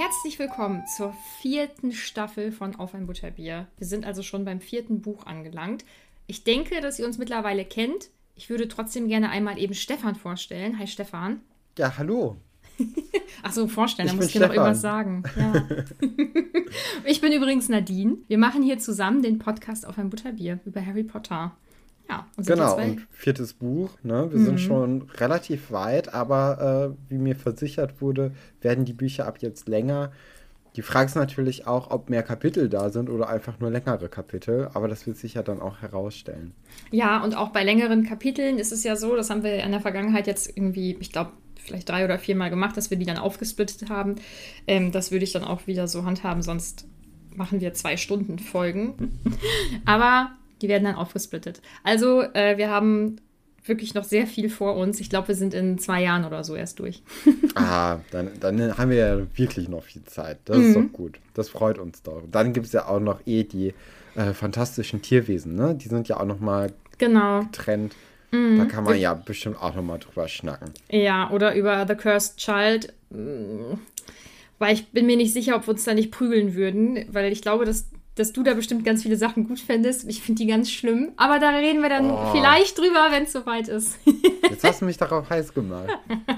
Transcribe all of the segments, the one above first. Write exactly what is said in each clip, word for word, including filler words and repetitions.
Herzlich willkommen zur vierten Staffel von Auf ein Butterbier. Wir sind also schon beim vierten Buch angelangt. Ich denke, dass ihr uns mittlerweile kennt. Ich würde trotzdem gerne einmal eben Stefan vorstellen. Hi Stefan. Ja, hallo. Ach so, vorstellen, da Ich muss ich bin dir noch Stefan. irgendwas sagen. Ja. Ich bin übrigens Nadine. Wir machen hier zusammen den Podcast Auf ein Butterbier über Harry Potter. Ja, und sind Genau, jetzt und viertes Buch, ne? Wir Mhm. sind schon relativ weit, aber äh, wie mir versichert wurde, werden die Bücher ab jetzt länger. Die Frage ist natürlich auch, ob mehr Kapitel da sind oder einfach nur längere Kapitel, aber das wird sich ja dann auch herausstellen. Ja, und auch bei längeren Kapiteln ist es ja so, das haben wir in der Vergangenheit jetzt irgendwie, ich glaube, vielleicht drei oder viermal gemacht, dass wir die dann aufgesplittet haben. Ähm, das würde ich dann auch wieder so handhaben, sonst machen wir zwei Stunden Folgen. Aber die werden dann aufgesplittet. Also, äh, wir haben wirklich noch sehr viel vor uns. Ich glaube, wir sind in zwei Jahren oder so erst durch. Ah, dann, dann haben wir ja wirklich noch viel Zeit. Das ist Mhm. doch gut. Das freut uns doch. Dann gibt es ja auch noch eh die äh, fantastischen Tierwesen, ne? Die sind ja auch noch mal Genau. getrennt. Mhm. Da kann man ja bestimmt auch noch mal drüber schnacken. Ja, oder über The Cursed Child. Mm, Weil ich bin mir nicht sicher, ob wir uns da nicht prügeln würden, weil ich glaube, dass, dass du da bestimmt ganz viele Sachen gut fändest. Ich finde die ganz schlimm. Aber da reden wir dann Oh. vielleicht drüber, wenn es soweit ist. Jetzt hast du mich darauf heiß gemacht.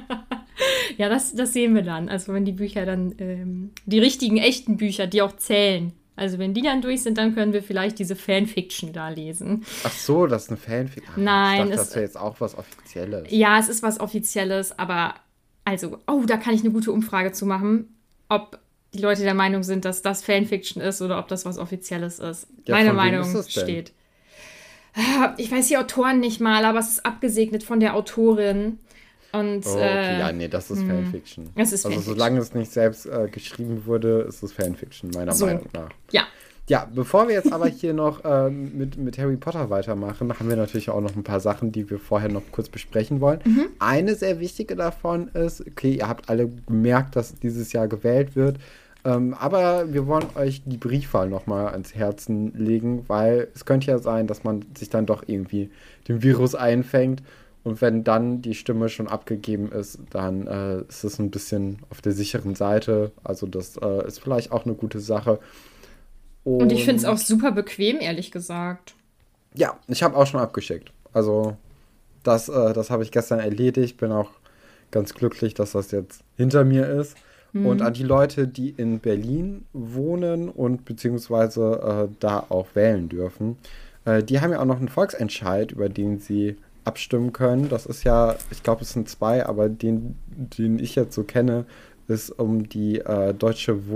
Ja, das, das sehen wir dann. Also wenn die Bücher dann, ähm, die richtigen, echten Bücher, die auch zählen. Also wenn die dann durch sind, dann können wir vielleicht diese Fanfiction da lesen. Ach so, das ist eine Fanfic. Ah, Nein, ich dachte, es- das wäre jetzt auch was Offizielles. Ja, es ist was Offizielles, aber also, oh, da kann ich eine gute Umfrage zu machen, ob die Leute der Meinung sind, dass das Fanfiction ist oder ob das was Offizielles ist. Ja, Meine von wem Meinung ist es denn? steht. Ah, Ich weiß die Autoren nicht mal, aber es ist abgesegnet von der Autorin. Und Oh, okay, äh, ja, nee, das ist Fanfiction. es ist also Fanfiction. solange es nicht selbst äh, geschrieben wurde, ist es Fanfiction, meiner So. Meinung nach. ja, Ja, bevor wir jetzt aber hier noch äh, mit, mit Harry Potter weitermachen, haben wir natürlich auch noch ein paar Sachen, die wir vorher noch kurz besprechen wollen. Mhm. Eine sehr wichtige davon ist, okay, ihr habt alle gemerkt, dass dieses Jahr gewählt wird, ähm, aber wir wollen euch die Briefwahl nochmal ans Herzen legen, weil es könnte ja sein, dass man sich dann doch irgendwie dem Virus einfängt. Und wenn dann die Stimme schon abgegeben ist, dann äh, ist es ein bisschen auf der sicheren Seite. Also das äh, ist vielleicht auch eine gute Sache. und ich finde es auch super bequem, ehrlich gesagt. Ja, ich habe auch schon abgeschickt. Also das, äh, das habe ich gestern erledigt. Bin auch ganz glücklich, dass das jetzt hinter mir ist. Und an die Leute, die in Berlin wohnen und beziehungsweise äh, da auch wählen dürfen, äh, die haben ja auch noch einen Volksentscheid, über den sie abstimmen können. Das ist ja, ich glaube, es sind zwei, aber den, den ich jetzt so kenne, ist um die äh, deutsche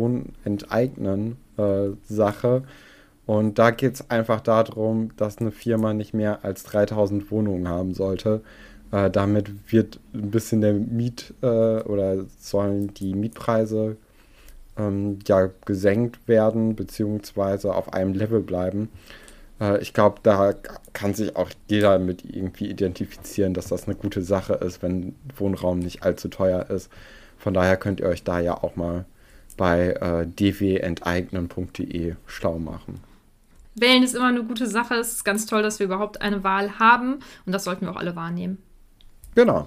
Wohnenteignen-Sache. Und da geht es einfach darum, dass eine Firma nicht mehr als dreitausend Wohnungen haben sollte. Äh, damit wird ein bisschen der Miet- äh, oder sollen die Mietpreise ähm, ja gesenkt werden, beziehungsweise auf einem Level bleiben. Äh, ich glaube, da kann sich auch jeder mit irgendwie identifizieren, dass das eine gute Sache ist, wenn Wohnraum nicht allzu teuer ist. Von daher könnt ihr euch da ja auch mal bei äh, d w enteignen punkt d e schlau machen. Wählen ist immer eine gute Sache. Es ist ganz toll, dass wir überhaupt eine Wahl haben. Und das sollten wir auch alle wahrnehmen. Genau.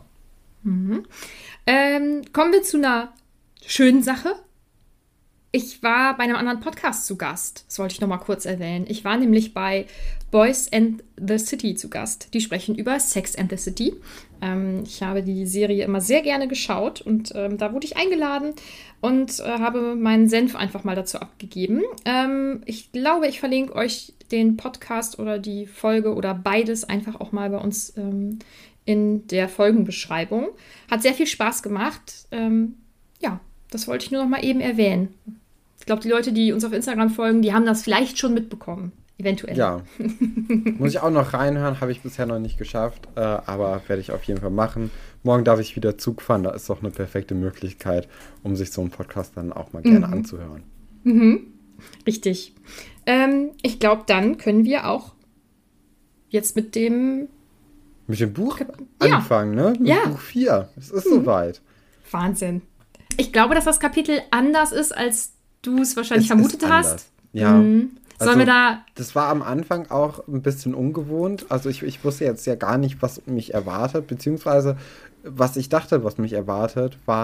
Ähm, kommen wir zu einer schönen Sache. Ich war bei einem anderen Podcast zu Gast. Das wollte ich noch mal kurz erwähnen. Ich war nämlich bei Boys and the City zu Gast. Die sprechen über Sex and the City. Ähm, ich habe die Serie immer sehr gerne geschaut und ähm, da wurde ich eingeladen und äh, habe meinen Senf einfach mal dazu abgegeben. Ähm, ich glaube, ich verlinke euch den Podcast oder die Folge oder beides einfach auch mal bei uns ähm, in der Folgenbeschreibung. Hat sehr viel Spaß gemacht. Ähm, ja, das wollte ich nur noch mal eben erwähnen. Ich glaube, die Leute, die uns auf Instagram folgen, die haben das vielleicht schon mitbekommen. Eventuell. Ja. Muss ich auch noch reinhören, habe ich bisher noch nicht geschafft, äh, aber werde ich auf jeden Fall machen. Morgen darf ich wieder Zug fahren, da ist doch eine perfekte Möglichkeit, um sich so einen Podcast dann auch mal gerne Mhm. anzuhören. Mhm. Richtig. Ähm, ich glaube, dann können wir auch jetzt mit dem Mit dem Buch Ja. anfangen, ne? Mit Ja. Buch vier. Es ist soweit. Wahnsinn. Ich glaube, dass das Kapitel anders ist, als du es wahrscheinlich Es vermutet ist hast. anders. Ja. Mhm. Sollen Also, wir da. Das war am Anfang auch ein bisschen ungewohnt. Also ich, ich wusste jetzt ja gar nicht, was mich erwartet, beziehungsweise was ich dachte, was mich erwartet, war,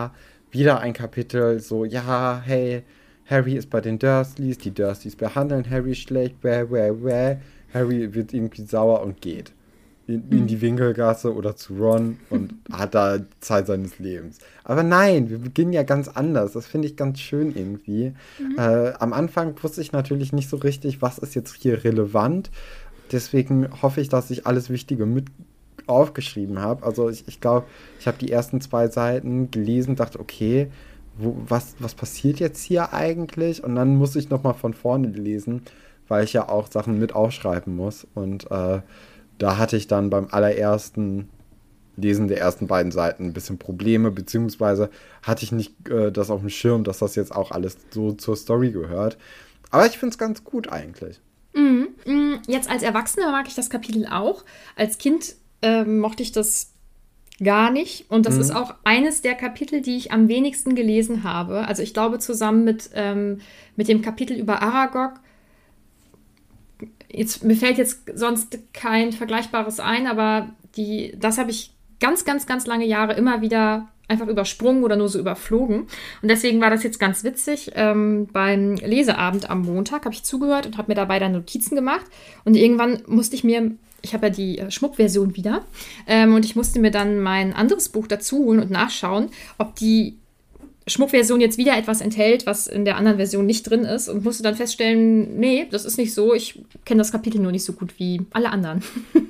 wieder ein Kapitel, so, ja, hey, Harry ist bei den Dursleys, die Dursleys behandeln Harry schlecht, bäh, bäh, bäh. Harry wird irgendwie sauer und geht in, in die Winkelgasse oder zu Ron und hat da Zeit seines Lebens. Aber nein, wir beginnen ja ganz anders. Das finde ich ganz schön irgendwie. Mhm. Äh, am Anfang wusste ich natürlich nicht so richtig, was ist jetzt hier relevant. Deswegen hoffe ich, dass ich alles Wichtige mit aufgeschrieben habe. Also ich, ich glaube, ich habe die ersten zwei Seiten gelesen, dachte, okay, wo, was, was passiert jetzt hier eigentlich? Und dann muss ich nochmal von vorne lesen, weil ich ja auch Sachen mit aufschreiben muss. Und äh, da hatte ich dann beim allerersten Lesen der ersten beiden Seiten ein bisschen Probleme, beziehungsweise hatte ich nicht äh, das auf dem Schirm, dass das jetzt auch alles so zur Story gehört. Aber ich finde es ganz gut eigentlich. Mm, mm, jetzt als Erwachsener mag ich das Kapitel auch. Als Kind äh, mochte ich das gar nicht. Und das mhm. ist auch eines der Kapitel, die ich am wenigsten gelesen habe. Also ich glaube, zusammen mit, ähm, mit dem Kapitel über Aragog. Jetzt, mir fällt jetzt sonst kein Vergleichbares ein, aber die, das habe ich ganz, ganz, ganz lange Jahre immer wieder einfach übersprungen oder nur so überflogen. Und deswegen war das jetzt ganz witzig. Ähm, beim Leseabend am Montag habe ich zugehört und habe mir dabei dann Notizen gemacht. Und irgendwann musste ich mir, ich habe ja die äh, Schmuckversion wieder, ähm, und ich musste mir dann mein anderes Buch dazu holen und nachschauen, ob die Schmuckversion jetzt wieder etwas enthält, was in der anderen Version nicht drin ist, und musste dann feststellen, nee, das ist nicht so. Ich kenne das Kapitel nur nicht so gut wie alle anderen.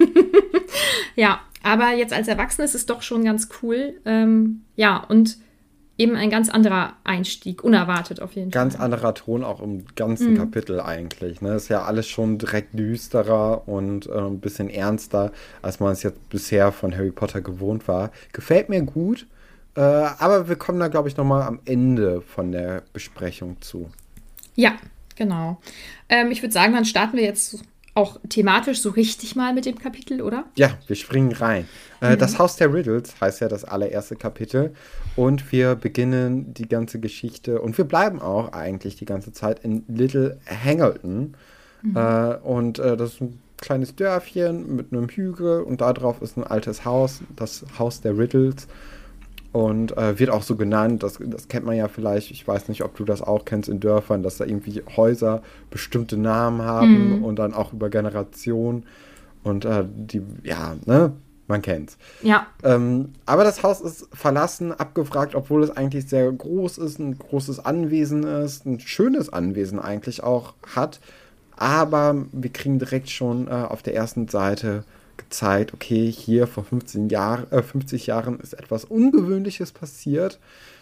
Ja, aber jetzt als Erwachsene ist es doch schon ganz cool. Ähm, ja, und eben ein ganz anderer Einstieg, unerwartet auf jeden ganz Fall. Ganz anderer Ton auch im ganzen mhm. Kapitel eigentlich. Ne? Ist ja alles schon direkt düsterer und äh, ein bisschen ernster, als man es jetzt bisher von Harry Potter gewohnt war. Gefällt mir gut. Äh, aber wir kommen da, glaube ich, nochmal am Ende von der Besprechung zu. Ja, genau. Ähm, ich würde sagen, dann starten wir jetzt auch thematisch so richtig mal mit dem Kapitel, oder? Ja, wir springen rein. Äh, mhm. Das Haus der Riddles heißt ja das allererste Kapitel. Und wir beginnen die ganze Geschichte, und wir bleiben auch eigentlich die ganze Zeit in Little Hangleton. Mhm. Äh, und äh, das ist ein kleines Dörfchen mit einem Hügel, und da drauf ist ein altes Haus, das Haus der Riddles. Und äh, wird auch so genannt, das, das kennt man ja vielleicht, ich weiß nicht, ob du das auch kennst in Dörfern, dass da irgendwie Häuser bestimmte Namen haben mhm. und dann auch über Generationen. Und äh, die, ja, ne, man kennt's. Ja. Ähm, aber das Haus ist verlassen, abgewrackt, obwohl es eigentlich sehr groß ist, ein großes Anwesen ist, ein schönes Anwesen eigentlich auch hat. Aber wir kriegen direkt schon äh, auf der ersten Seite gezeigt, okay, hier vor fünfzehn Jahren, äh, fünfzig Jahren ist etwas Ungewöhnliches passiert,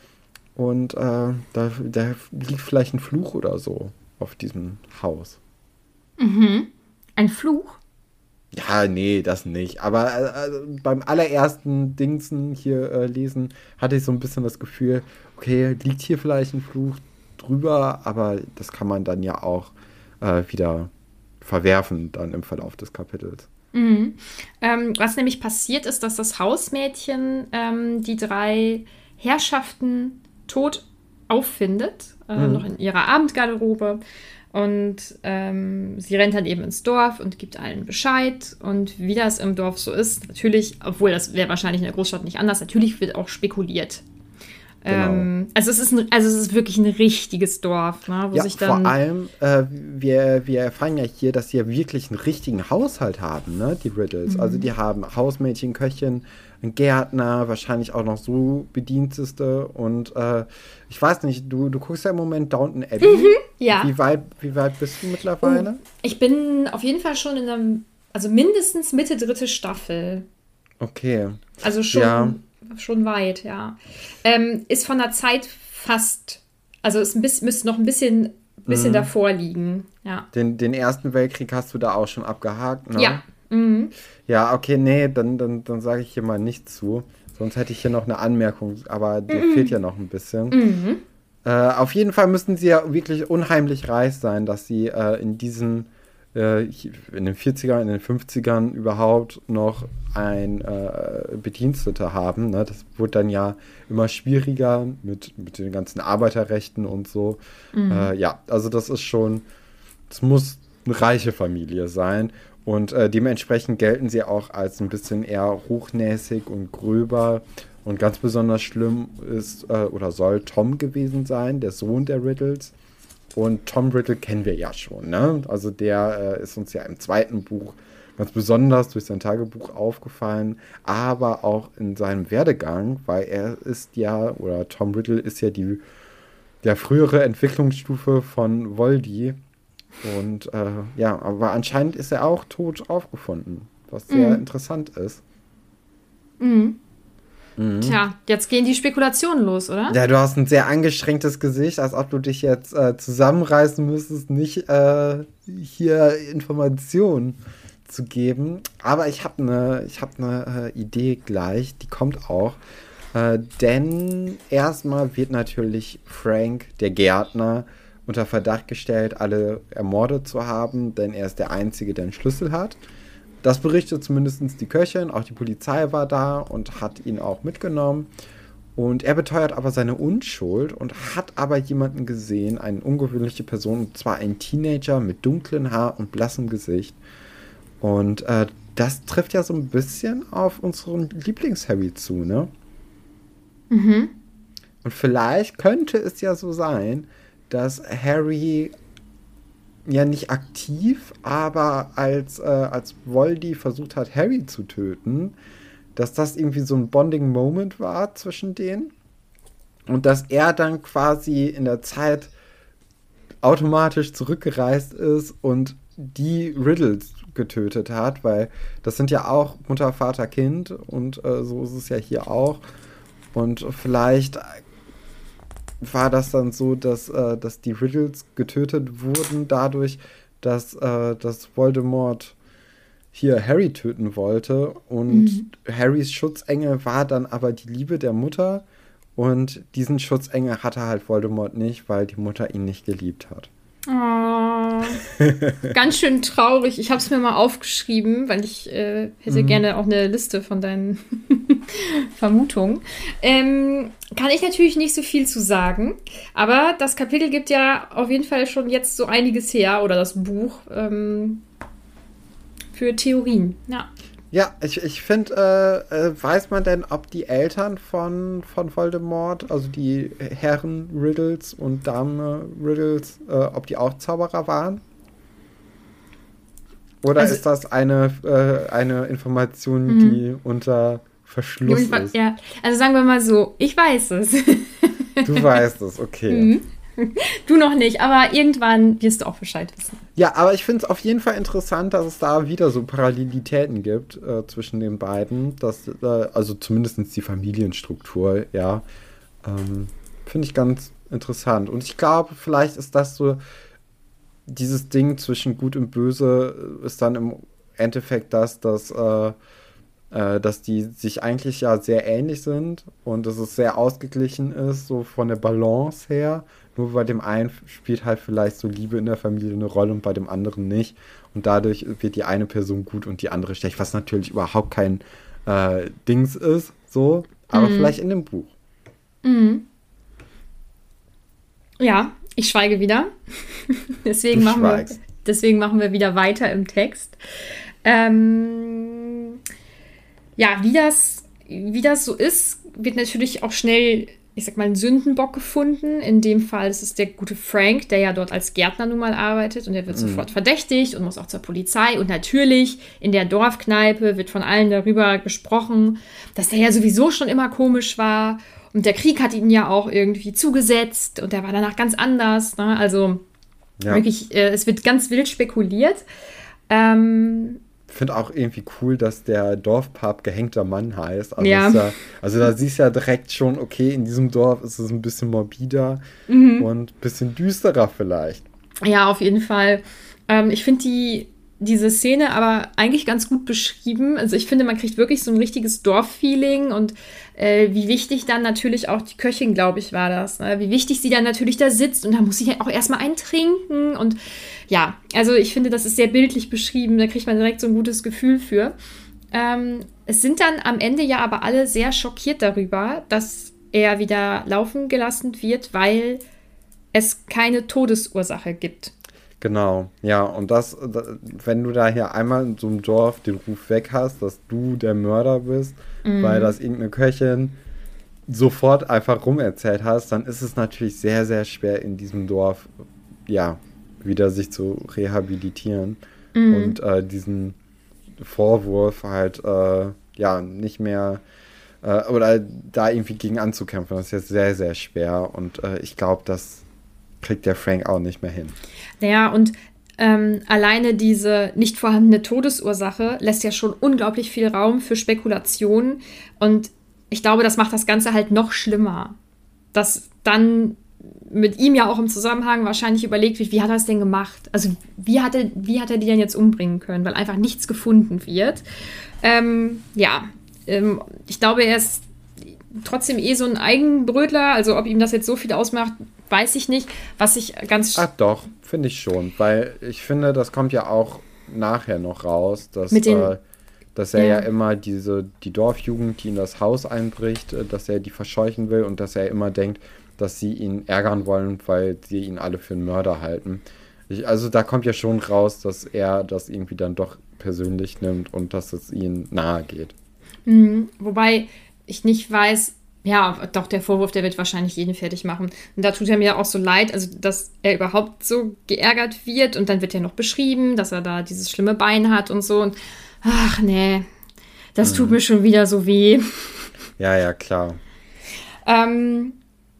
und äh, da, da liegt vielleicht ein Fluch oder so auf diesem Haus. Mhm. Ein Fluch? Ja, nee, das nicht. Aber äh, beim allerersten Dingsen hier äh, lesen, hatte ich so ein bisschen das Gefühl, okay, liegt hier vielleicht ein Fluch drüber, aber das kann man dann ja auch äh, wieder verwerfen dann im Verlauf des Kapitels. Mhm. Ähm, was nämlich passiert ist, dass das Hausmädchen ähm, die drei Herrschaften tot auffindet, äh, mhm. noch in ihrer Abendgarderobe. Und ähm, sie rennt dann eben ins Dorf und gibt allen Bescheid. Und wie das im Dorf so ist, natürlich, obwohl das wäre wahrscheinlich in der Großstadt nicht anders, natürlich wird auch spekuliert. Genau. Ähm, also, es ist ein, also es ist wirklich ein richtiges Dorf, ne, wo ja, sich dann... vor allem, äh, wir, wir erfahren ja hier, dass sie ja wirklich einen richtigen Haushalt haben, ne, die Riddles. Mhm. Also die haben Hausmädchen, Köchin, einen Gärtner, wahrscheinlich auch noch so Bedienstete. Und äh, ich weiß nicht, du, du guckst ja im Moment Downton Abbey. Mhm, ja. Wie weit, wie weit bist du mittlerweile? Oh, ich bin auf jeden Fall schon in einem, also mindestens Mitte dritte Staffel. Okay. Also schon... Ja. Schon weit, ja. Ähm, ist von der Zeit fast, also es müsste noch ein bisschen, bisschen mhm. davor liegen, ja. Den, den Ersten Weltkrieg hast du da auch schon abgehakt, ne? Ja. Mhm. Ja, okay, nee, dann, dann, dann sage ich hier mal nichts zu. Sonst hätte ich hier noch eine Anmerkung, aber dir mhm. fehlt ja noch ein bisschen. Mhm. Äh, auf jeden Fall müssten sie ja wirklich unheimlich reich sein, dass sie äh, in diesen in den vierzigern, in den fünfzigern überhaupt noch ein äh, Bediensteter haben. Ne? Das wurde dann ja immer schwieriger mit, mit den ganzen Arbeiterrechten und so. Mhm. Äh, ja, also das ist schon, das muss eine reiche Familie sein. Und äh, dementsprechend gelten sie auch als ein bisschen eher hochnäsig und gröber und ganz besonders schlimm ist äh, oder soll Tom gewesen sein, der Sohn der Riddles. Und Tom Riddle kennen wir ja schon, ne? Also der äh, ist uns ja im zweiten Buch ganz besonders durch sein Tagebuch aufgefallen, aber auch in seinem Werdegang, weil er ist ja, oder Tom Riddle ist ja die der frühere Entwicklungsstufe von Voldy. Und äh, ja, aber anscheinend ist er auch tot aufgefunden, was sehr Mhm. interessant ist. Mhm. Mhm. Tja, jetzt gehen die Spekulationen los, oder? Ja, du hast ein sehr angestrengtes Gesicht, als ob du dich jetzt äh, zusammenreißen müsstest, nicht äh, hier Informationen zu geben. Aber ich habe eine ich hab ne, äh, Idee gleich, die kommt auch. Äh, denn erstmal wird natürlich Frank, der Gärtner, unter Verdacht gestellt, alle ermordet zu haben, denn er ist der Einzige, der einen Schlüssel hat. Das berichtet zumindest die Köchin, auch die Polizei war da und hat ihn auch mitgenommen. Und er beteuert aber seine Unschuld und hat aber jemanden gesehen, eine ungewöhnliche Person, und zwar einen Teenager mit dunklem Haar und blassem Gesicht. Und äh, das trifft ja so ein bisschen auf unseren Lieblings-Harry zu, ne? Mhm. Und vielleicht könnte es ja so sein, dass Harry ja nicht aktiv, aber als, äh, als Voldy versucht hat, Harry zu töten, dass das irgendwie so ein Bonding-Moment war zwischen denen und dass er dann quasi in der Zeit automatisch zurückgereist ist und die Riddles getötet hat, weil das sind ja auch Mutter, Vater, Kind und äh, so ist es ja hier auch. Und vielleicht war das dann so, dass, äh, dass die Riddles getötet wurden dadurch, dass, äh, dass Voldemort hier Harry töten wollte und Mhm. Harrys Schutzengel war dann aber die Liebe der Mutter und diesen Schutzengel hatte halt Voldemort nicht, weil die Mutter ihn nicht geliebt hat. Oh, ganz schön traurig. Ich habe es mir mal aufgeschrieben, weil ich äh, hätte Mhm. gerne auch eine Liste von deinen Vermutungen. Ähm, kann ich natürlich nicht so viel zu sagen, aber das Kapitel gibt ja auf jeden Fall schon jetzt so einiges her, oder das Buch, ähm, für Theorien. Ja. Ja, ich, ich finde, äh, äh, weiß man denn, ob die Eltern von, von Voldemort, also die Herren Riddles und Dame Riddles, äh, ob die auch Zauberer waren? Oder Also, ist das eine, äh, eine Information, mhm. die unter Verschluss ist? Ja, also sagen wir mal so, ich weiß es. Du weißt es, okay. Mhm. Du noch nicht, aber irgendwann wirst du auch Bescheid wissen. Ja, aber ich finde es auf jeden Fall interessant, dass es da wieder so Parallelitäten gibt äh, zwischen den beiden. Dass, äh, also zumindest die Familienstruktur, ja. Ähm, finde ich ganz interessant. Und ich glaube, vielleicht ist das so, dieses Ding zwischen Gut und Böse ist dann im Endeffekt das, dass, äh, äh, dass die sich eigentlich ja sehr ähnlich sind und dass es sehr ausgeglichen ist, so von der Balance her. Nur bei dem einen spielt halt vielleicht so Liebe in der Familie eine Rolle und bei dem anderen nicht. Und dadurch wird die eine Person gut und die andere schlecht, was natürlich überhaupt kein äh, Dings ist, so, aber Mhm. vielleicht in dem Buch. Mhm. Ja, ich schweige wieder. deswegen, Du machen wir, schweigst. deswegen machen wir wieder weiter im Text. Ähm, ja, wie das, wie das so ist, wird natürlich auch schnell, ich sag mal, ein Sündenbock gefunden. In dem Fall ist es der gute Frank, der ja dort als Gärtner nun mal arbeitet und der wird Mhm. sofort verdächtigt und muss auch zur Polizei. Und natürlich in der Dorfkneipe wird von allen darüber gesprochen, dass der ja sowieso schon immer komisch war. Und der Krieg hat ihn ja auch irgendwie zugesetzt und der war danach ganz anders. Ne? Also Ja. wirklich, äh, es wird ganz wild spekuliert. Ähm, Ich finde auch irgendwie cool, dass der Dorfpub gehängter Mann heißt. Also, Ja. ist ja, also da siehst du ja direkt schon, okay, in diesem Dorf ist es ein bisschen morbider Mhm. und ein bisschen düsterer vielleicht. Ja, auf jeden Fall. Ähm, ich finde die, diese Szene aber eigentlich ganz gut beschrieben. Also ich finde, man kriegt wirklich so ein richtiges Dorffeeling und äh, wie wichtig dann natürlich auch die Köchin, glaube ich, war das. Ne? Wie wichtig sie dann natürlich da sitzt und da muss sie ja auch erstmal einen trinken. Und ja, also ich finde, das ist sehr bildlich beschrieben. Da kriegt man direkt so ein gutes Gefühl für. Ähm, es sind dann am Ende ja aber alle sehr schockiert darüber, dass er wieder laufen gelassen wird, weil es keine Todesursache gibt. Genau, ja, und das, da- wenn du da hier einmal in so einem Dorf den Ruf weg hast, dass du der Mörder bist, weil das irgendeine Köchin sofort einfach rumerzählt hast, dann ist es natürlich sehr, sehr schwer in diesem Dorf, ja, wieder sich zu rehabilitieren mhm. und äh, diesen Vorwurf halt, äh, ja, nicht mehr äh, oder da irgendwie gegen anzukämpfen. Das ist jetzt sehr, sehr schwer und äh, ich glaube, das kriegt der Frank auch nicht mehr hin. Naja, und ähm, alleine diese nicht vorhandene Todesursache lässt ja schon unglaublich viel Raum für Spekulationen und ich glaube, das macht das Ganze halt noch schlimmer. Dass dann mit ihm ja auch im Zusammenhang wahrscheinlich überlegt wird, wie hat er es denn gemacht? Also wie hat er, wie hat er die denn jetzt umbringen können? Weil einfach nichts gefunden wird. Ähm, ja, ähm, ich glaube, er ist trotzdem eh so ein Eigenbrötler. Also ob ihm das jetzt so viel ausmacht, weiß ich nicht. Was ich ganz... Ach doch, finde ich schon. Weil ich finde, das kommt ja auch nachher noch raus, dass... Mit den, äh, dass er ja. ja immer diese, die Dorfjugend, die in das Haus einbricht, dass er die verscheuchen will und dass er immer denkt, dass sie ihn ärgern wollen, weil sie ihn alle für einen Mörder halten. Ich, also da kommt ja schon raus, dass er das irgendwie dann doch persönlich nimmt und dass es ihm nahe geht. Mhm, wobei ich nicht weiß, ja, doch, der Vorwurf, der wird wahrscheinlich jeden fertig machen. Und da tut er mir auch so leid, also dass er überhaupt so geärgert wird und dann wird ja noch beschrieben, dass er da dieses schlimme Bein hat und so und ach nee, das tut mhm. mir schon wieder so weh. Ja, ja, klar. ähm,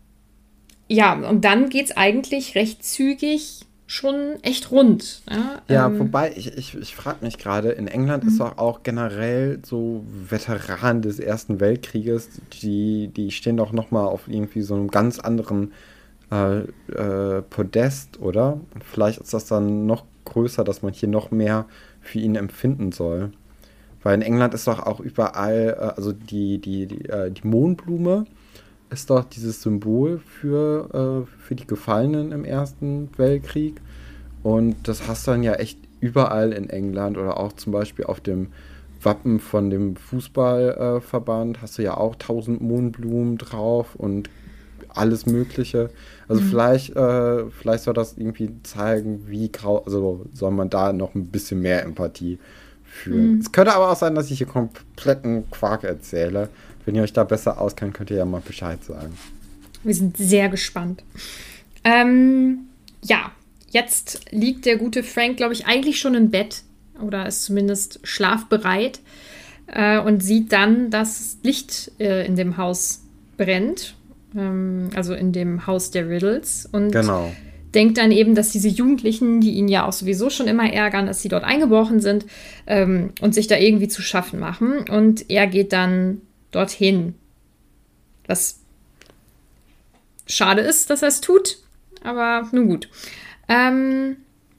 ja, und dann geht's eigentlich recht zügig schon echt rund. Ja, ja ähm, wobei, ich, ich, ich frage mich gerade, in England mhm. ist doch auch generell so Veteranen des Ersten Weltkrieges, die, die stehen doch nochmal auf irgendwie so einem ganz anderen äh, äh, Podest, oder? Vielleicht ist das dann noch größer, dass man hier noch mehr für ihn empfinden soll. Weil in England ist doch auch überall, äh, also die, die, die, äh, die Mohnblume ist doch dieses Symbol für, äh, für die Gefallenen im Ersten Weltkrieg. Und das hast du dann ja echt überall in England oder auch zum Beispiel auf dem Wappen von dem Fußballverband äh, hast du ja auch tausend Mohnblumen drauf und alles Mögliche. Also mhm. vielleicht, äh, vielleicht soll das irgendwie zeigen, wie grau, also soll man da noch ein bisschen mehr Empathie fühlen. Mhm. Es könnte aber auch sein, dass ich hier kompletten Quark erzähle. Wenn ihr euch da besser auskennt, könnt ihr ja mal Bescheid sagen. Wir sind sehr gespannt. Ähm, ja, jetzt liegt der gute Frank, glaube ich, eigentlich schon im Bett oder ist zumindest schlafbereit äh, und sieht dann, dass Licht äh, in dem Haus brennt. Ähm, also in dem Haus der Riddles. Und genau. denkt dann eben, dass diese Jugendlichen, die ihn ja auch sowieso schon immer ärgern, dass sie dort eingebrochen sind ähm, und sich da irgendwie zu schaffen machen. Und er geht dann dorthin. Was schade ist, dass er es tut, aber nun gut. Ähm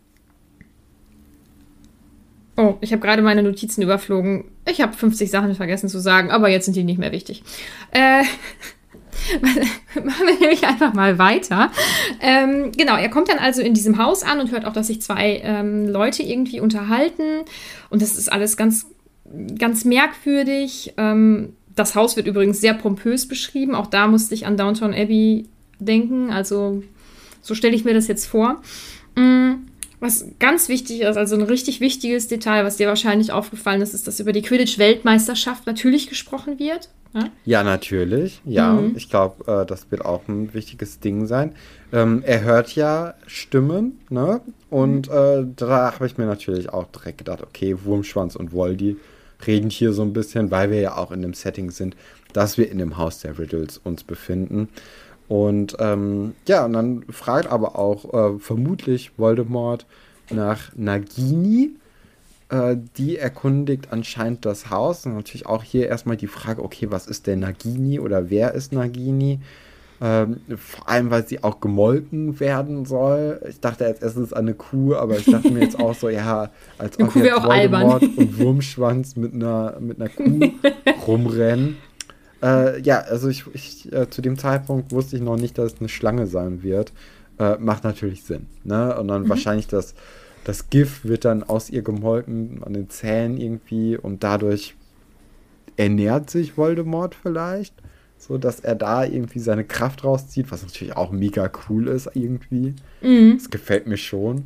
oh, ich habe gerade meine Notizen überflogen. Ich habe fünfzig Sachen vergessen zu sagen, aber jetzt sind die nicht mehr wichtig. Äh Machen wir nämlich einfach mal weiter. Ähm, genau, er kommt dann also in diesem Haus an und hört auch, dass sich zwei ähm, Leute irgendwie unterhalten. Und das ist alles ganz, ganz merkwürdig. Ähm, das Haus wird übrigens sehr pompös beschrieben. Auch da musste ich an Downton Abbey denken. Also so stelle ich mir das jetzt vor. Mhm. Was ganz wichtig ist, also ein richtig wichtiges Detail, was dir wahrscheinlich aufgefallen ist, ist, dass über die Quidditch-Weltmeisterschaft natürlich gesprochen wird. Ja, ja natürlich. Ja, mhm. ich glaube, äh, das wird auch ein wichtiges Ding sein. Ähm, er hört ja Stimmen, ne? Und mhm. äh, da habe ich mir natürlich auch direkt gedacht, okay, Wurmschwanz und Voldy reden hier so ein bisschen, weil wir ja auch in dem Setting sind, dass wir in dem Haus der Riddles uns befinden. Und ähm, ja, und dann fragt aber auch äh, vermutlich Voldemort nach Nagini. Äh, die erkundigt anscheinend das Haus. Und natürlich auch hier erstmal die Frage, okay, was ist denn Nagini oder wer ist Nagini? Ähm, vor allem, weil sie auch gemolken werden soll. Ich dachte als erstes an eine Kuh, aber ich dachte mir jetzt auch so, ja, als eine ob Kuh jetzt auch Voldemort albern. und Wurmschwanz mit einer, mit einer Kuh rumrennen. Äh, ja, also ich, ich äh, zu dem Zeitpunkt wusste ich noch nicht, dass es eine Schlange sein wird. Äh, macht natürlich Sinn, ne? Und dann mhm. wahrscheinlich das, das Gift wird dann aus ihr gemolken an den Zähnen irgendwie und dadurch ernährt sich Voldemort vielleicht, so dass er da irgendwie seine Kraft rauszieht, was natürlich auch mega cool ist irgendwie. Mhm. Das gefällt mir schon.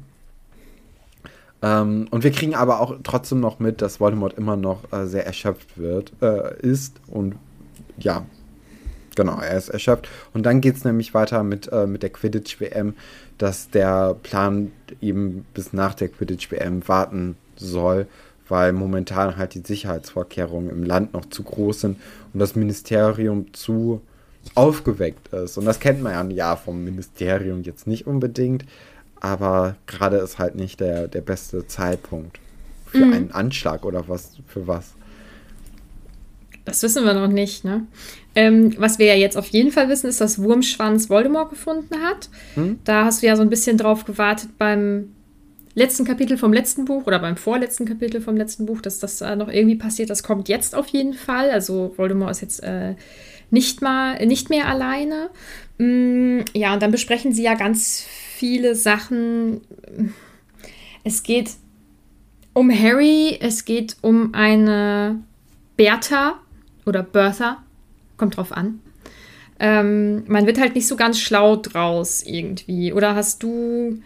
Ähm, und wir kriegen aber auch trotzdem noch mit, dass Voldemort immer noch äh, sehr erschöpft wird, äh, ist und ja, Genau, er ist erschöpft. Und dann geht es nämlich weiter mit, äh, mit der Quidditch-W M, dass der Plan eben bis nach der Quidditch-W M warten soll, weil momentan halt die Sicherheitsvorkehrungen im Land noch zu groß sind und das Ministerium zu aufgeweckt ist. Und das kennt man ja, ja vom Ministerium jetzt nicht unbedingt, aber gerade ist halt nicht der, der beste Zeitpunkt für mhm. einen Anschlag oder was für was. Das wissen wir noch nicht, ne? Ähm, was wir ja jetzt auf jeden Fall wissen, ist, dass Wurmschwanz Voldemort gefunden hat. Hm? Da hast du ja so ein bisschen drauf gewartet beim letzten Kapitel vom letzten Buch oder beim vorletzten Kapitel vom letzten Buch, dass das äh, noch irgendwie passiert. Das kommt jetzt auf jeden Fall. Also Voldemort ist jetzt äh, nicht, mal, nicht mehr alleine. Mm, ja, und dann besprechen sie ja ganz viele Sachen. Es geht um Harry, es geht um eine Bertha oder Bertha, kommt drauf an. Ähm, man wird halt nicht so ganz schlau draus irgendwie. Oder hast du...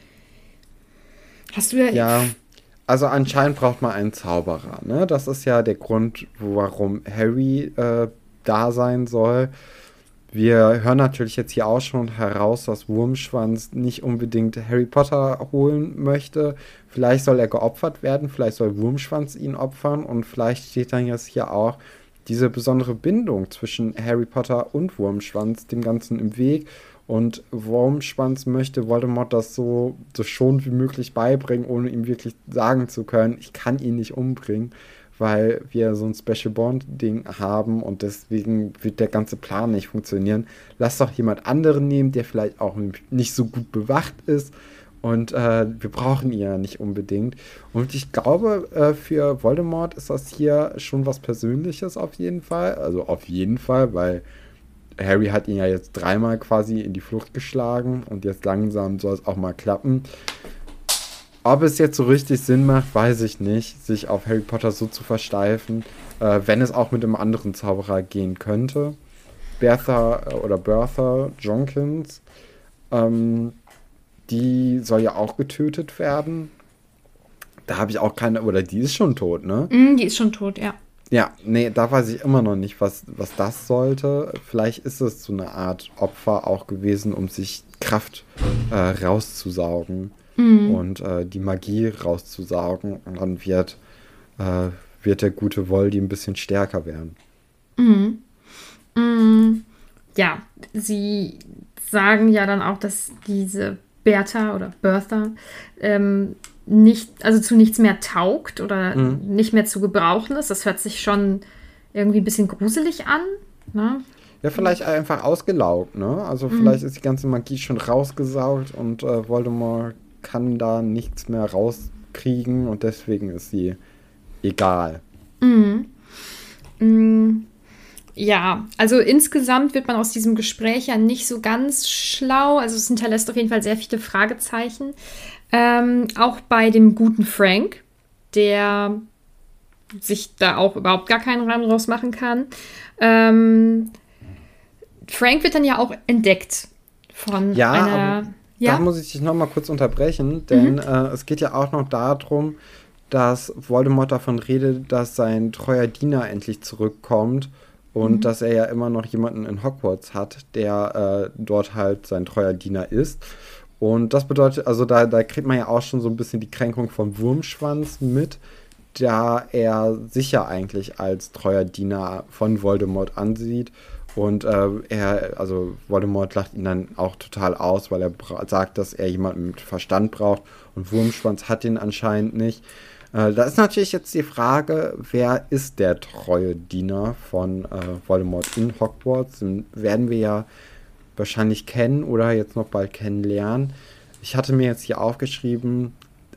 Hast du ja... Ja, also anscheinend braucht man einen Zauberer, ne? Das ist ja der Grund, warum Harry äh, da sein soll. Wir hören natürlich jetzt hier auch schon heraus, dass Wurmschwanz nicht unbedingt Harry Potter holen möchte. Vielleicht soll er geopfert werden, vielleicht soll Wurmschwanz ihn opfern und vielleicht steht dann jetzt hier auch diese besondere Bindung zwischen Harry Potter und Wurmschwanz dem Ganzen im Weg. Und Wurmschwanz möchte Voldemort das so, so schonend wie möglich beibringen, ohne ihm wirklich sagen zu können, ich kann ihn nicht umbringen, weil wir so ein Special Bond-Ding haben und deswegen wird der ganze Plan nicht funktionieren. Lass doch jemand anderen nehmen, der vielleicht auch nicht so gut bewacht ist und äh, wir brauchen ihn ja nicht unbedingt. Und ich glaube, äh, für Voldemort ist das hier schon was Persönliches auf jeden Fall. Also auf jeden Fall, weil Harry hat ihn ja jetzt dreimal quasi in die Flucht geschlagen und jetzt langsam soll es auch mal klappen. Ob es jetzt so richtig Sinn macht, weiß ich nicht, sich auf Harry Potter so zu versteifen, äh, wenn es auch mit einem anderen Zauberer gehen könnte. Bertha äh, oder Bertha Jonkins, ähm, die soll ja auch getötet werden. Da habe ich auch keine, oder die ist schon tot, ne? Mm, die ist schon tot, ja. Ja, nee, da weiß ich immer noch nicht, was, was das sollte. Vielleicht ist es so eine Art Opfer auch gewesen, um sich Kraft äh, rauszusaugen. Mhm. Und äh, die Magie rauszusaugen. Und dann wird, äh, wird der gute Voldy ein bisschen stärker werden. Mhm. Mhm. Ja, sie sagen ja dann auch, dass diese Bertha oder Bertha ähm, nicht, also zu nichts mehr taugt oder mhm. nicht mehr zu gebrauchen ist. Das hört sich schon irgendwie ein bisschen gruselig an, ne? Ja, vielleicht einfach ausgelaugt, ne? Also mhm. vielleicht ist die ganze Magie schon rausgesaugt und äh, Voldemort kann da nichts mehr rauskriegen und deswegen ist sie egal. Mhm. Mhm. Ja, also insgesamt wird man aus diesem Gespräch ja nicht so ganz schlau. Also es hinterlässt auf jeden Fall sehr viele Fragezeichen. Ähm, auch bei dem guten Frank, der sich da auch überhaupt gar keinen Reim draus machen kann. Ähm, Frank wird dann ja auch entdeckt von ja, einer... Aber ja, da muss ich dich noch mal kurz unterbrechen, denn mhm. äh, es geht ja auch noch darum, dass Voldemort davon redet, dass sein treuer Diener endlich zurückkommt und mhm. dass er ja immer noch jemanden in Hogwarts hat, der äh, dort halt sein treuer Diener ist. Und das bedeutet, also da, da kriegt man ja auch schon so ein bisschen die Kränkung von Wurmschwanz mit, da er sich ja eigentlich als treuer Diener von Voldemort ansieht. Und äh, er, also Voldemort lacht ihn dann auch total aus, weil er bra- sagt, dass er jemanden mit Verstand braucht und Wurmschwanz hat ihn anscheinend nicht. Äh, da ist natürlich jetzt die Frage, wer ist der treue Diener von äh, Voldemort in Hogwarts? Den werden wir ja wahrscheinlich kennen oder jetzt noch bald kennenlernen. Ich hatte mir jetzt hier aufgeschrieben,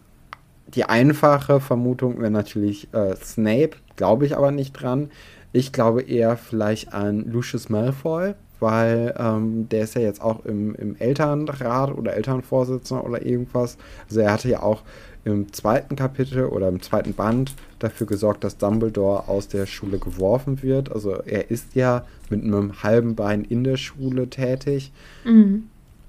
die einfache Vermutung wäre natürlich äh, Snape, glaube ich aber nicht dran. Ich glaube eher vielleicht an Lucius Malfoy, weil ähm, der ist ja jetzt auch im, im Elternrat oder Elternvorsitzender oder irgendwas. Also er hatte ja auch im zweiten Kapitel oder im zweiten Band dafür gesorgt, dass Dumbledore aus der Schule geworfen wird. Also er ist ja mit einem halben Bein in der Schule tätig. Mhm.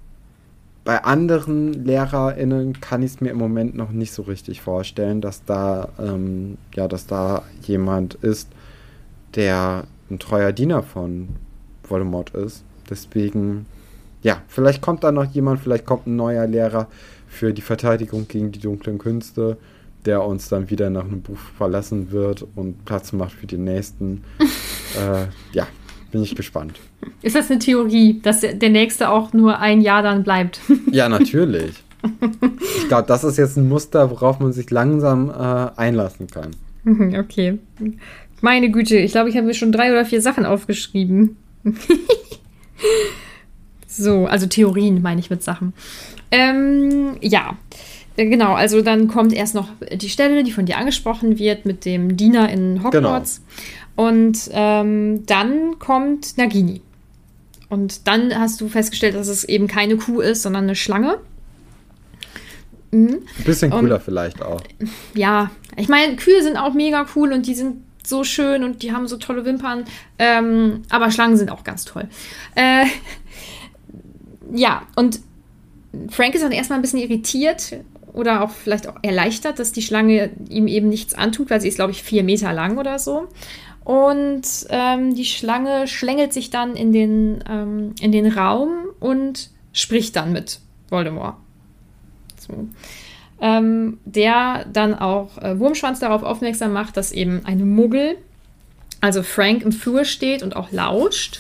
Bei anderen LehrerInnen kann ich es mir im Moment noch nicht so richtig vorstellen, dass da, ähm, ja, dass da jemand ist, der ein treuer Diener von Voldemort ist. Deswegen, ja, vielleicht kommt da noch jemand, vielleicht kommt ein neuer Lehrer für die Verteidigung gegen die dunklen Künste, der uns dann wieder nach einem Buch verlassen wird und Platz macht für den nächsten. äh, ja, bin ich gespannt. Ist das eine Theorie, dass der, der nächste auch nur ein Jahr dann bleibt? Ja, natürlich. Ich glaube, das ist jetzt ein Muster, worauf man sich langsam äh, einlassen kann. Okay. Meine Güte, ich glaube, ich habe mir schon drei oder vier Sachen aufgeschrieben. So, also Theorien meine ich mit Sachen. Ähm, ja, genau, also dann kommt erst noch die Stelle, die von dir angesprochen wird, mit dem Diener in Hogwarts. Genau. Und ähm, dann kommt Nagini. Und dann hast du festgestellt, dass es eben keine Kuh ist, sondern eine Schlange. Mhm. Ein bisschen cooler und, vielleicht auch. Ja, ich meine, Kühe sind auch mega cool und die sind so schön und die haben so tolle Wimpern. Ähm, aber Schlangen sind auch ganz toll. Äh, ja, und Frank ist dann erstmal ein bisschen irritiert oder auch vielleicht auch erleichtert, dass die Schlange ihm eben nichts antut, weil sie ist, glaube ich, vier Meter lang oder so. Und ähm, die Schlange schlängelt sich dann in den, ähm, in den Raum und spricht dann mit Voldemort. So. Ähm, der dann auch äh, Wurmschwanz darauf aufmerksam macht, dass eben eine Muggel, also Frank, im Flur steht und auch lauscht.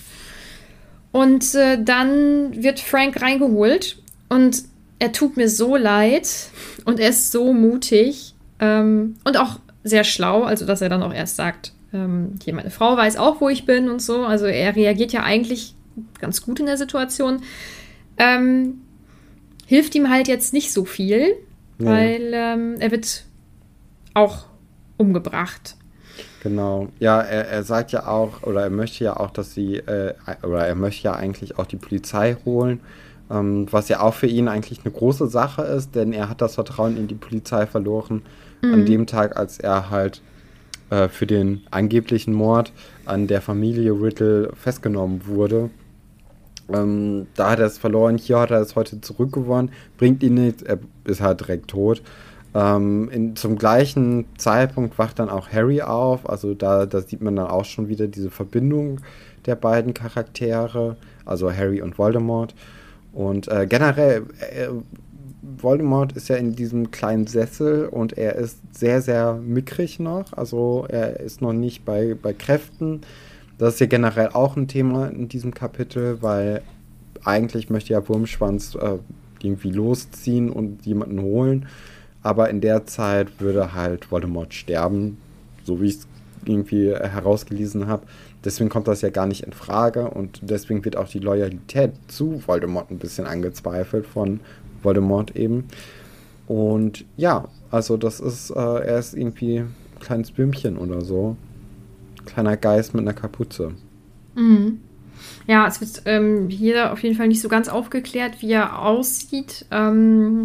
Und äh, dann wird Frank reingeholt und er tut mir so leid und er ist so mutig ähm, und auch sehr schlau, also dass er dann auch erst sagt, ähm, hier, meine Frau weiß auch, wo ich bin und so. Also er reagiert ja eigentlich ganz gut in der Situation. Ähm, hilft ihm halt jetzt nicht so viel, nee. weil ähm, er wird auch umgebracht. Genau. Ja, er, er sagt ja auch, oder er möchte ja auch, dass sie, äh, oder er möchte ja eigentlich auch die Polizei holen, ähm, was ja auch für ihn eigentlich eine große Sache ist, denn er hat das Vertrauen in die Polizei verloren mhm. an dem Tag, als er halt äh, für den angeblichen Mord an der Familie Riddle festgenommen wurde. Ähm, da hat er es verloren, hier hat er es heute zurückgewonnen, bringt ihn nichts, er ist halt direkt tot. Ähm, in, zum gleichen Zeitpunkt wacht dann auch Harry auf, also da, da sieht man dann auch schon wieder diese Verbindung der beiden Charaktere, also Harry und Voldemort. Und äh, generell, äh, Voldemort ist ja in diesem kleinen Sessel und er ist sehr, sehr mickrig noch, also er ist noch nicht bei, bei Kräften. Das ist ja generell auch ein Thema in diesem Kapitel, weil eigentlich möchte ja Wurmschwanz äh, irgendwie losziehen und jemanden holen. Aber in der Zeit würde halt Voldemort sterben, so wie ich es irgendwie herausgelesen habe. Deswegen kommt das ja gar nicht in Frage und deswegen wird auch die Loyalität zu Voldemort ein bisschen angezweifelt von Voldemort eben. Und ja, also das ist, äh, er ist irgendwie ein kleines Böhmchen oder so. Kleiner Geist mit einer Kapuze. Mhm. Ja, es wird ähm, hier auf jeden Fall nicht so ganz aufgeklärt, wie er aussieht. Ähm...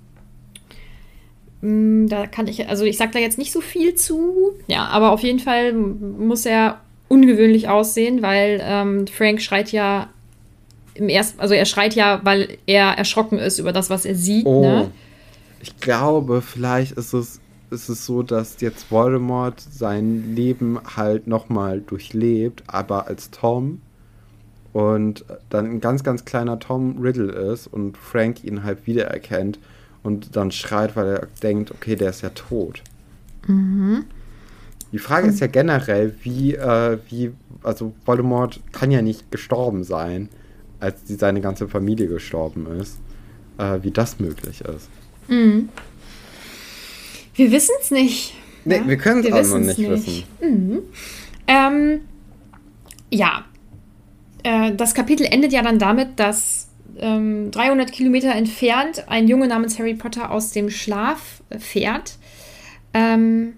Da kann ich, also ich sag da jetzt nicht so viel zu, ja, aber auf jeden Fall muss er ungewöhnlich aussehen, weil ähm, Frank schreit ja im ersten, also er schreit ja, weil er erschrocken ist über das, was er sieht. Oh, ne? Ich glaube, vielleicht ist es, ist es so, dass jetzt Voldemort sein Leben halt nochmal durchlebt, aber als Tom und dann ein ganz, ganz kleiner Tom Riddle ist und Frank ihn halt wiedererkennt. Und dann schreit, weil er denkt, okay, der ist ja tot. Mhm. Die Frage ist ja generell, wie, äh, wie, also Voldemort kann ja nicht gestorben sein, als die, seine ganze Familie gestorben ist, äh, wie das möglich ist. Mhm. Wir wissen es nicht. Nee, ja? wir können es auch noch nicht, nicht wissen. Mhm. Ähm, ja, äh, das Kapitel endet ja dann damit, dass dreihundert Kilometer entfernt ein Junge namens Harry Potter aus dem Schlaf fährt. Ähm,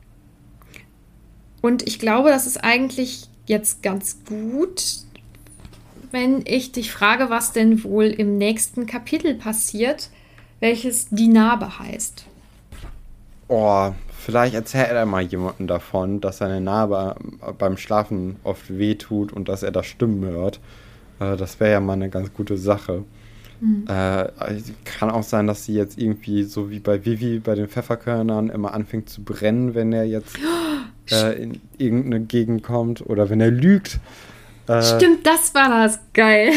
und ich glaube, das ist eigentlich jetzt ganz gut, wenn ich dich frage, was denn wohl im nächsten Kapitel passiert, welches Die Narbe heißt. Oh, vielleicht erzählt er mal jemandem davon, dass seine Narbe beim Schlafen oft wehtut und dass er da Stimmen hört. Das wäre ja mal eine ganz gute Sache. Mhm. Äh, kann auch sein, dass sie jetzt irgendwie, so wie bei Vivi bei den Pfefferkörnern, immer anfängt zu brennen, wenn er jetzt äh, in irgendeine Gegend kommt oder wenn er lügt. Äh, Stimmt, das war das. Geil.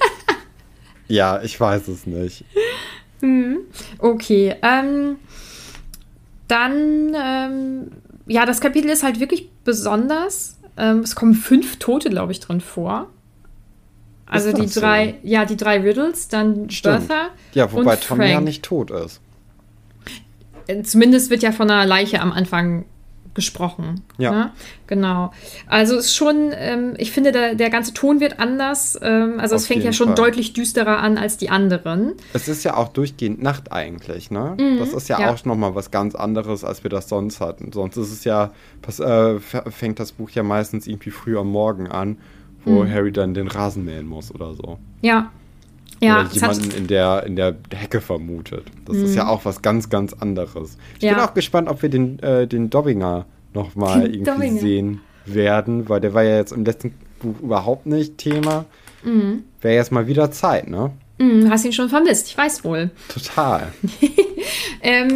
ja, ich weiß es nicht. Hm. Okay, ähm, dann, ähm, ja, das Kapitel ist halt wirklich besonders. Ähm, es kommen fünf Tote, glaube ich, drin vor. Also Ist die das so? drei, ja, die drei Riddles, dann Stimmt. Bertha Ja, wobei und Tom ja Frank. nicht tot ist. Äh, Zumindest wird ja von einer Leiche am Anfang gesprochen. Ja. Ne? Genau. Also es ist schon, ähm, ich finde, der, der ganze Ton wird anders. Ähm, also es Auf fängt ja jeden schon Fall. deutlich düsterer an als die anderen. Es ist ja auch durchgehend Nacht eigentlich, ne? Mhm, Das ist ja, ja. auch nochmal was ganz anderes, als wir das sonst hatten. Sonst ist es ja, pass, äh, f- fängt das Buch ja meistens irgendwie früh am Morgen an, wo Mhm. Harry dann den Rasen mähen muss oder so. Ja. Ja, Oder es hat, jemanden in der, in der Hecke vermutet. Das ist ja auch was ganz, ganz anderes. Ich Ja. bin auch gespannt, ob wir den, äh, den Dobbinger nochmal Den irgendwie Dobbinger. sehen werden, weil der war ja jetzt im letzten Buch überhaupt nicht Thema. Mhm. Wäre jetzt mal wieder Zeit, ne? Mm, hast ihn schon vermisst, ich weiß wohl. Total. Ähm,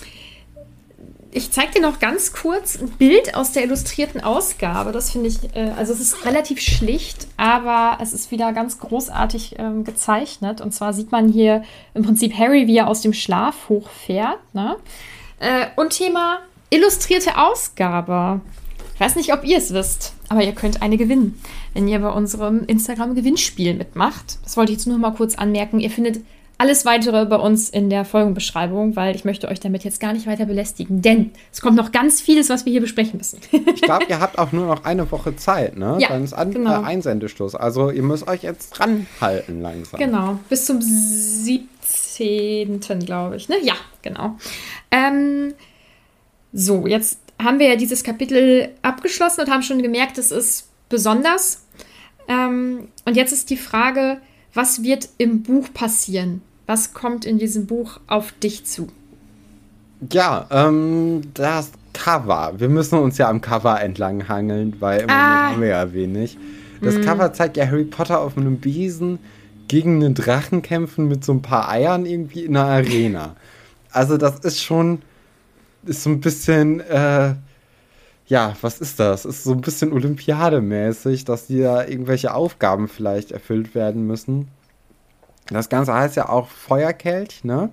ich zeige dir noch ganz kurz ein Bild aus der illustrierten Ausgabe. Das finde ich, äh, also es ist relativ schlicht, aber es ist wieder ganz großartig ähm, gezeichnet. Und zwar sieht man hier im Prinzip Harry, wie er aus dem Schlaf hochfährt. Ne? Äh, und Thema illustrierte Ausgabe. Ich weiß nicht, ob ihr es wisst, aber ihr könnt eine gewinnen, wenn ihr bei unserem Instagram-Gewinnspiel mitmacht. Das wollte ich jetzt nur mal kurz anmerken. Ihr findet alles Weitere bei uns in der Folgenbeschreibung, weil ich möchte euch damit jetzt gar nicht weiter belästigen, denn es kommt noch ganz vieles, was wir hier besprechen müssen. Ich glaube, ihr habt auch nur noch eine Woche Zeit, ne? Ja, Dann ist an, genau. äh, Einsendestoß. Also ihr müsst euch jetzt ranhalten langsam. Genau, bis zum siebzehnten glaube ich, ne? Ja, genau. Ähm, so, jetzt haben wir ja dieses Kapitel abgeschlossen und haben schon gemerkt, es ist besonders. Ähm, und jetzt ist die Frage, was wird im Buch passieren? Was kommt in diesem Buch auf dich zu? Ja, ähm, das Cover. Wir müssen uns ja am Cover entlang hangeln, weil im Ah. Moment haben wir ja wenig. Das Cover zeigt ja Harry Potter auf einem Besen gegen einen Drachen kämpfen mit so ein paar Eiern irgendwie in einer Arena. Also das ist schon, ist so ein bisschen, äh, ja, was ist das? Ist so ein bisschen olympiademäßig, dass die da irgendwelche Aufgaben vielleicht erfüllt werden müssen. Das Ganze heißt ja auch Feuerkelch, ne?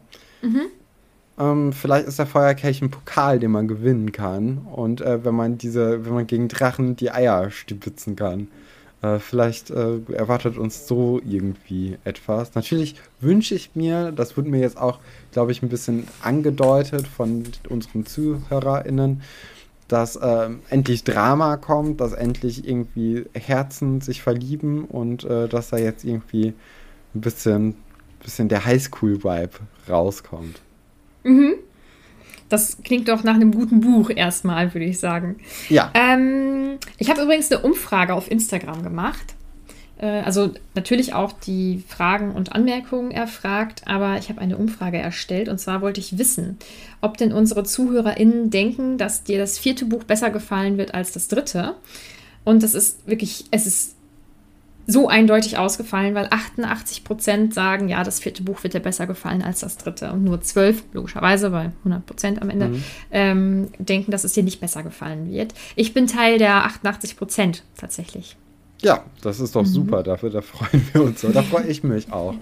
Ähm, vielleicht ist der Feuerkelch ein Pokal, den man gewinnen kann. Und äh, wenn man diese, wenn man gegen Drachen die Eier stibitzen kann. Äh, vielleicht äh, erwartet uns so irgendwie etwas. Natürlich wünsche ich mir, das wird mir jetzt auch, glaube ich, ein bisschen angedeutet von unseren ZuhörerInnen, dass ähm, endlich Drama kommt, dass endlich irgendwie Herzen sich verlieben und äh, dass da jetzt irgendwie ein bisschen, bisschen der Highschool-Vibe rauskommt. Mhm. Das klingt doch nach einem guten Buch erstmal, würde ich sagen. Ja, Ähm, ich habe übrigens eine Umfrage auf Instagram gemacht. Äh, also natürlich auch die Fragen und Anmerkungen erfragt, aber ich habe eine Umfrage erstellt und zwar wollte ich wissen, ob denn unsere ZuhörerInnen denken, dass dir das vierte Buch besser gefallen wird als das dritte. Und das ist wirklich, es ist so eindeutig ausgefallen, weil achtundachtzig Prozent sagen, ja, das vierte Buch wird dir besser gefallen als das dritte. Und nur zwölf, logischerweise, weil hundert Prozent am Ende, Mhm. ähm, denken, dass es dir nicht besser gefallen wird. Ich bin Teil der achtundachtzig Prozent tatsächlich. ja, das ist doch super. Dafür, da freuen wir uns so. Da freue ich mich auch.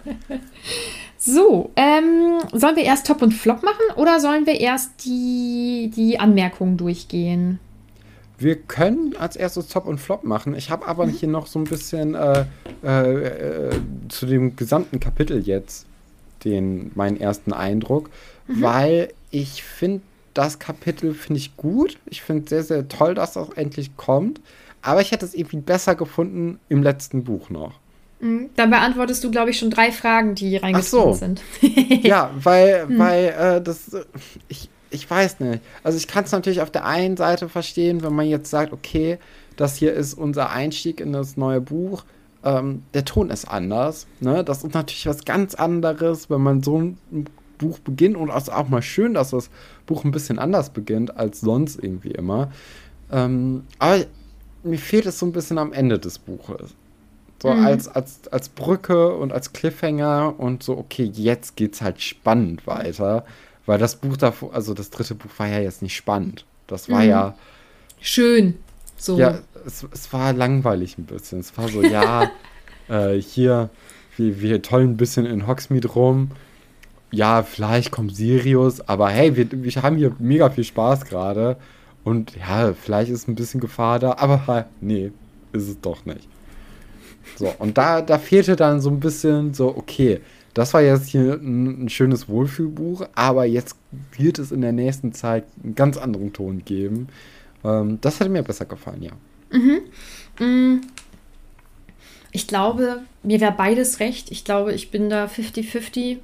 So, ähm, sollen wir erst Top und Flop machen oder sollen wir erst die, die Anmerkungen durchgehen? Wir können als erstes Top und Flop machen. Ich habe aber hier noch so ein bisschen äh, äh, äh, zu dem gesamten Kapitel jetzt den, meinen ersten Eindruck, weil ich finde, das Kapitel finde ich gut. Ich finde sehr, sehr toll, dass das endlich kommt. Aber ich hätte es irgendwie besser gefunden im letzten Buch noch. Mhm. Dann beantwortest du, glaube ich, schon drei Fragen, die Ach reingekommen so. sind. Ja, weil, weil äh, das, äh, ich, ich weiß nicht. Also ich kann es natürlich auf der einen Seite verstehen, wenn man jetzt sagt, okay, das hier ist unser Einstieg in das neue Buch. Ähm, der Ton ist anders. Ne? Das ist natürlich was ganz anderes, wenn man so ein Buch beginnt. Und es ist auch mal schön, dass das Buch ein bisschen anders beginnt als sonst irgendwie immer. Ähm, aber mir fehlt es so ein bisschen am Ende des Buches. So Mhm. als, als, als Brücke und als Cliffhanger und so, okay, jetzt geht's halt spannend weiter. Weil das Buch davor, also das dritte Buch war ja jetzt nicht spannend. Das war Mhm. ja, Schön. So. Ja, es, es war langweilig ein bisschen. Es war so, ja, äh, hier, wir, wir tollen ein bisschen in Hogsmeade rum. Ja, vielleicht kommt Sirius, aber hey, wir, wir haben hier mega viel Spaß gerade. Und ja, vielleicht ist ein bisschen Gefahr da, aber nee, ist es doch nicht. So, und da, da fehlte dann so ein bisschen so, okay, das war jetzt hier ein, ein schönes Wohlfühlbuch, aber jetzt wird es in der nächsten Zeit einen ganz anderen Ton geben. Ähm, das hätte mir besser gefallen, ja. Mhm. Ich glaube, mir wäre beides recht. Ich glaube, ich bin da fifty fifty.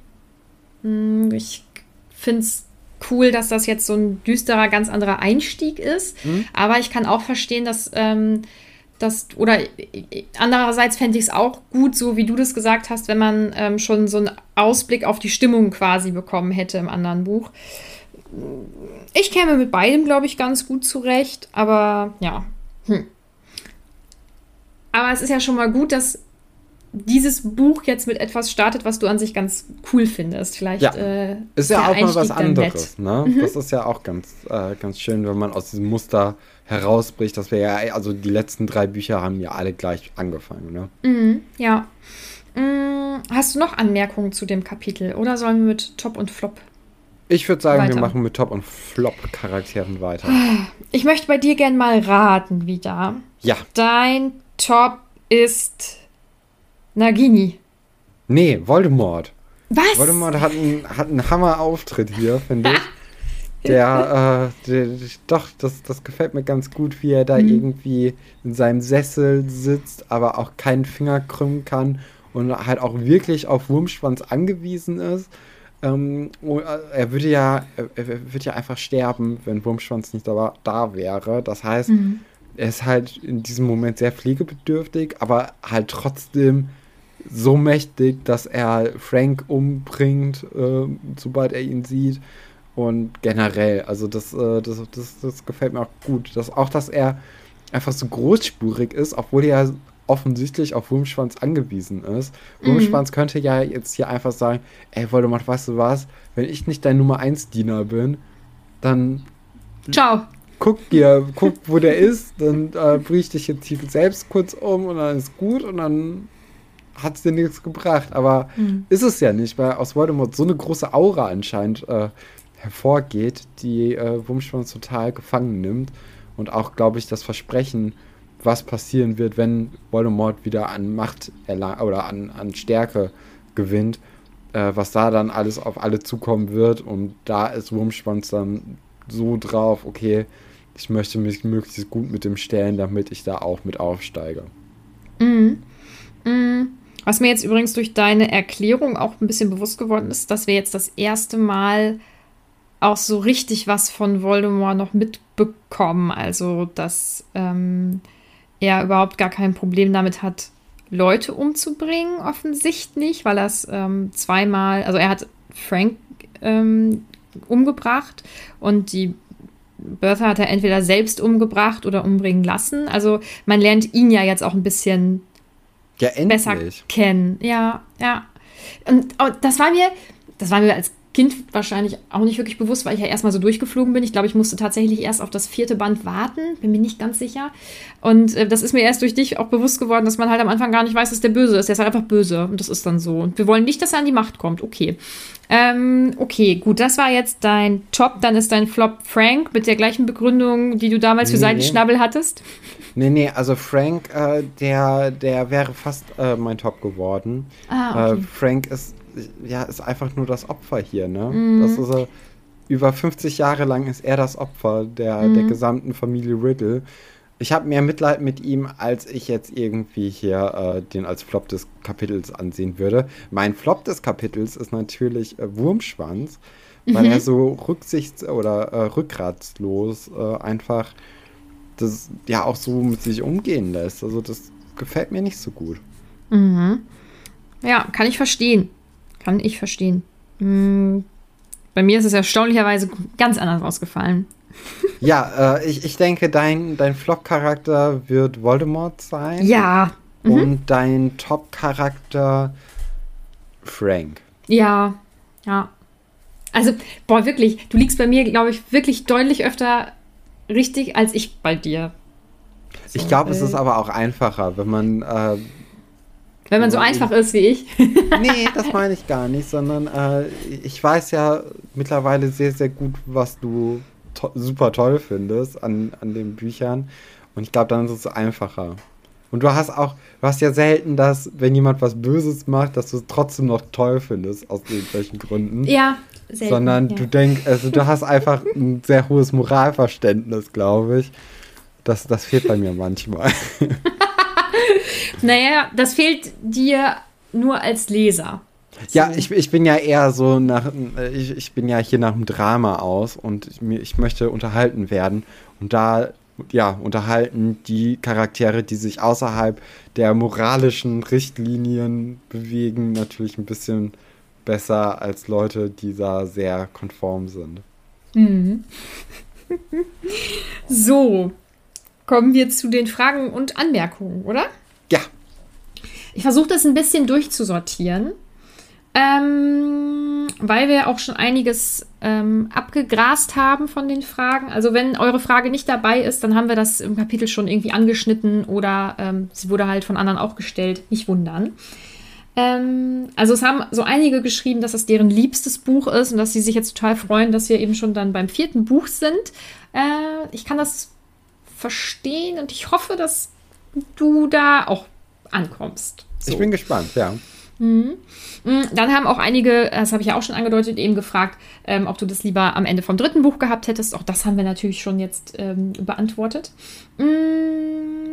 Ich finde es cool, dass das jetzt so ein düsterer, ganz anderer Einstieg ist. Mhm. Aber ich kann auch verstehen, dass, ähm, dass oder andererseits fände ich es auch gut, so wie du das gesagt hast, wenn man ähm, schon so einen Ausblick auf die Stimmung quasi bekommen hätte im anderen Buch. Ich käme mit beidem, glaube ich, ganz gut zurecht. Aber ja. Hm. Aber es ist ja schon mal gut, dass dieses Buch jetzt mit etwas startet, was du an sich ganz cool findest. Vielleicht ja. äh, ist ja auch mal was anderes. Ne? Mhm. Das ist ja auch ganz, äh, ganz schön, wenn man aus diesem Muster herausbricht. Dass wir ja, also die letzten drei Bücher haben ja alle gleich angefangen. Ne? Mhm, ja. Mhm. Hast du noch Anmerkungen zu dem Kapitel? Oder sollen wir mit Top und Flop Ich würde sagen, weiter? wir machen mit Top- und Flop-Charakteren weiter. Ich möchte bei dir gerne mal raten wieder. Ja. Dein Top ist Nagini. Nee, Voldemort. Was? Voldemort hat einen, hat einen Hammer-Auftritt hier, finde ich. Der, äh, der, doch, das, das gefällt mir ganz gut, wie er da mhm. irgendwie in seinem Sessel sitzt, aber auch keinen Finger krümmen kann und halt auch wirklich auf Wurmschwanz angewiesen ist. Ähm, er würde ja, er, er würde ja einfach sterben, wenn Wurmschwanz nicht da, da wäre. Das heißt, mhm. er ist halt in diesem Moment sehr pflegebedürftig, aber halt trotzdem so mächtig, dass er Frank umbringt, äh, sobald er ihn sieht. Und generell, also das, äh, das, das, das gefällt mir auch gut. Das, auch, dass er einfach so großspurig ist, obwohl er offensichtlich auf Wurmschwanz angewiesen ist. Mhm. Wurmschwanz könnte ja jetzt hier einfach sagen, ey, Voldemort, weißt du was? Wenn ich nicht dein Nummer eins Diener bin, dann ciao. Guck dir, guck, wo der ist, dann äh, bringe ich dich jetzt hier selbst kurz um und dann ist gut und dann hat es dir nichts gebracht. Aber mhm. ist es ja nicht, weil aus Voldemort so eine große Aura anscheinend äh, hervorgeht, die äh, Wurmschwanz total gefangen nimmt. Und auch, glaube ich, das Versprechen, was passieren wird, wenn Voldemort wieder an Macht erlang- oder an, an Stärke gewinnt, äh, was da dann alles auf alle zukommen wird. Und da ist Wurmschwanz dann so drauf, okay, ich möchte mich möglichst gut mit dem stellen, damit ich da auch mit aufsteige. Mhm. Mhm. Was mir jetzt übrigens durch deine Erklärung auch ein bisschen bewusst geworden ist, dass wir jetzt das erste Mal auch so richtig was von Voldemort noch mitbekommen. Also, dass ähm, er überhaupt gar kein Problem damit hat, Leute umzubringen, offensichtlich, weil er es ähm, zweimal, also er hat Frank ähm, umgebracht und die Bertha hat er entweder selbst umgebracht oder umbringen lassen. Also man lernt ihn ja jetzt auch ein bisschen ja, besser kennen. Ja, ja. Und oh, das war mir, das war mir als Kind wahrscheinlich auch nicht wirklich bewusst, weil ich ja erstmal so durchgeflogen bin. Ich glaube, ich musste tatsächlich erst auf das vierte Band warten, bin mir nicht ganz sicher. Und äh, das ist mir erst durch dich auch bewusst geworden, dass man halt am Anfang gar nicht weiß, dass der böse ist. Der ist halt einfach böse und das ist dann so. Und wir wollen nicht, dass er an die Macht kommt. Okay. Ähm, okay, gut, das war jetzt dein Top. Dann ist dein Flop Frank mit der gleichen Begründung, die du damals für nee, Seidenschnabel hattest. Nee, nee, also Frank, äh, der, der wäre fast äh, mein Top geworden. Ah, okay. Äh, Frank ist ja, ist einfach nur das Opfer hier, ne? Mm. Das ist, äh, über fünfzig Jahre lang ist er das Opfer der, mm. der gesamten Familie Riddle. Ich habe mehr Mitleid mit ihm, als ich jetzt irgendwie hier äh, den als Flop des Kapitels ansehen würde. Mein Flop des Kapitels ist natürlich äh, Wurmschwanz, weil mhm. er so rücksichts- oder äh, rückgratslos äh, einfach das ja auch so mit sich umgehen lässt. Also das gefällt mir nicht so gut. Mhm. Ja, kann ich verstehen. Kann ich verstehen. Hm, bei mir ist es erstaunlicherweise ganz anders ausgefallen. Ja, äh, ich, ich denke, dein, dein Flop-Charakter wird Voldemort sein. Ja. Mhm. Und dein Top-Charakter Frank. Ja, ja. Also, boah, wirklich, du liegst bei mir, glaube ich, wirklich deutlich öfter richtig als ich bei dir. So, ich glaube, äh, es ist aber auch einfacher, wenn man... Äh, wenn man so einfach ist wie ich. Nee, das meine ich gar nicht, sondern äh, ich weiß ja mittlerweile sehr, sehr gut, was du to- super toll findest an, an den Büchern. Und ich glaube, dann ist es einfacher. Und du hast auch, du hast ja selten das, wenn jemand was Böses macht, dass du es trotzdem noch toll findest, aus irgendwelchen Gründen. Ja, selten. Sondern ja. du denkst, also du hast einfach ein sehr hohes Moralverständnis, glaube ich. Das, das fehlt bei mir manchmal. Naja, das fehlt dir nur als Leser. Ja, So. ich, ich bin ja eher so nach, ich, ich bin ja hier nach dem Drama aus und ich, mir- ich möchte unterhalten werden. Und da, ja, unterhalten die Charaktere, die sich außerhalb der moralischen Richtlinien bewegen, natürlich ein bisschen besser als Leute, die da sehr konform sind. Mhm. So, kommen wir zu den Fragen und Anmerkungen, oder? Ja, Ich versuche das ein bisschen durchzusortieren, ähm, weil wir auch schon einiges ähm, abgegrast haben von den Fragen. Also wenn eure Frage nicht dabei ist, dann haben wir das im Kapitel schon irgendwie angeschnitten oder ähm, sie wurde halt von anderen auch gestellt. Nicht wundern. Ähm, also es haben so einige geschrieben, dass das deren liebstes Buch ist und dass sie sich jetzt total freuen, dass wir eben schon dann beim vierten Buch sind. Äh, ich kann das verstehen und ich hoffe, dass du da auch ankommst. So. ich bin gespannt, ja. Mhm. Dann haben auch einige, das habe ich ja auch schon angedeutet, eben gefragt, ähm, ob du das lieber am Ende vom dritten Buch gehabt hättest. Auch das haben wir natürlich schon jetzt ähm, beantwortet. Mhm.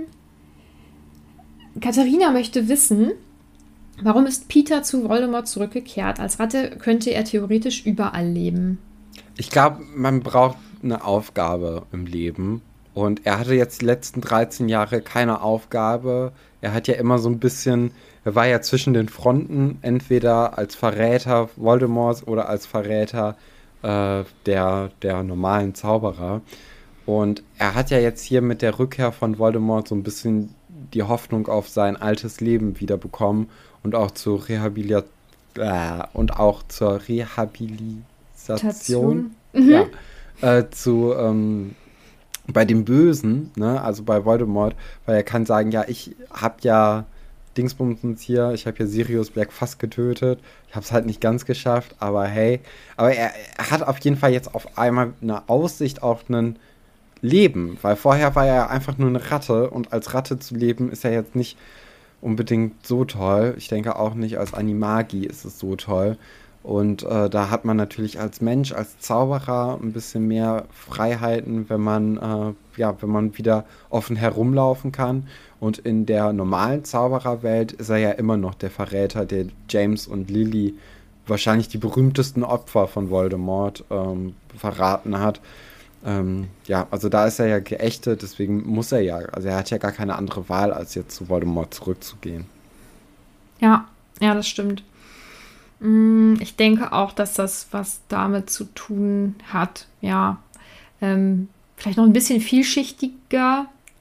Katharina möchte wissen, warum ist Peter zu Voldemort zurückgekehrt? Als Ratte könnte er theoretisch überall leben. Ich glaube, man braucht eine Aufgabe im Leben. Und er hatte jetzt die letzten dreizehn Jahre keine Aufgabe. Er hat ja immer so ein bisschen, er war ja zwischen den Fronten, entweder als Verräter Voldemorts oder als Verräter äh, der, der normalen Zauberer. Und er hat ja jetzt hier mit der Rückkehr von Voldemort so ein bisschen die Hoffnung auf sein altes Leben wiederbekommen und auch zur Rehabilitation äh, und auch zur Rehabilitation. Mhm. Ja, äh, zu ähm, bei dem Bösen, ne, also bei Voldemort, weil er kann sagen, ja, ich hab ja Dingsbumsens hier, ich habe ja Sirius Black fast getötet, ich habe es halt nicht ganz geschafft, aber hey, aber er, er hat auf jeden Fall jetzt auf einmal eine Aussicht auf ein Leben, weil vorher war er einfach nur eine Ratte und als Ratte zu leben ist ja jetzt nicht unbedingt so toll. Ich denke auch nicht als Animagi ist es so toll. Und äh, da hat man natürlich als Mensch, als Zauberer ein bisschen mehr Freiheiten, wenn man, äh, ja, wenn man wieder offen herumlaufen kann. Und in der normalen Zaubererwelt ist er ja immer noch der Verräter, der James und Lily, wahrscheinlich die berühmtesten Opfer von Voldemort, ähm, verraten hat. Ähm, ja, also da ist er ja geächtet, deswegen muss er ja, also er hat ja gar keine andere Wahl, als jetzt zu Voldemort zurückzugehen. Ja, ja, das stimmt. Mm, Ich denke auch, dass das was damit zu tun hat. Ja, ähm, vielleicht noch ein bisschen vielschichtiger,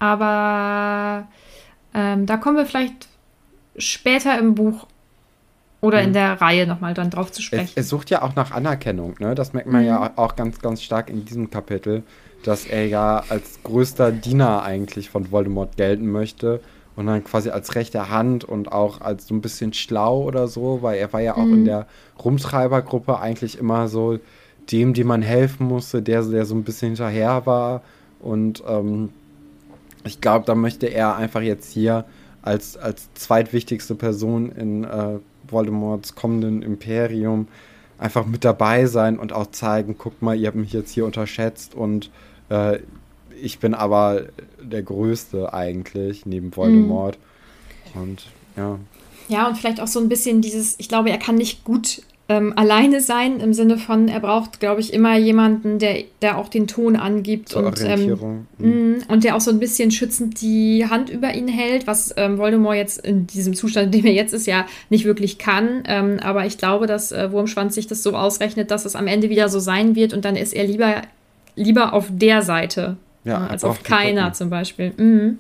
aber ähm, da kommen wir vielleicht später im Buch oder in Mhm. der Reihe nochmal dann drauf zu Es, sprechen. es sucht ja auch nach Anerkennung, ne? Das merkt man Mhm. ja auch ganz, ganz stark in diesem Kapitel, dass er ja als größter Diener eigentlich von Voldemort gelten möchte und dann quasi als rechte Hand und auch als so ein bisschen schlau oder so, weil er war ja auch in Mhm. der Rumtreibergruppe eigentlich immer so dem, dem man helfen musste, der, der so ein bisschen hinterher war und ähm, ich glaube, da möchte er einfach jetzt hier als, als zweitwichtigste Person in äh, Voldemorts kommenden Imperium einfach mit dabei sein und auch zeigen, guckt mal, ihr habt mich jetzt hier unterschätzt und äh, ich bin aber der Größte eigentlich neben Voldemort. Und ja. Ja, und vielleicht auch so ein bisschen dieses, ich glaube, er kann nicht gut ähm, alleine sein, im Sinne von, er braucht, glaube ich, immer jemanden, der, der auch den Ton angibt Zur und, ähm, Orientierung. Mhm. mm, und der auch so ein bisschen schützend die Hand über ihn hält, was ähm, Voldemort jetzt in diesem Zustand, in dem er jetzt ist, ja nicht wirklich kann. Ähm, aber ich glaube, dass äh, Wurmschwanz sich das so ausrechnet, dass es am Ende wieder so sein wird und dann ist er lieber, lieber auf der Seite, Ja, äh, er als auf braucht die keiner Gruppen. zum Beispiel. Mhm.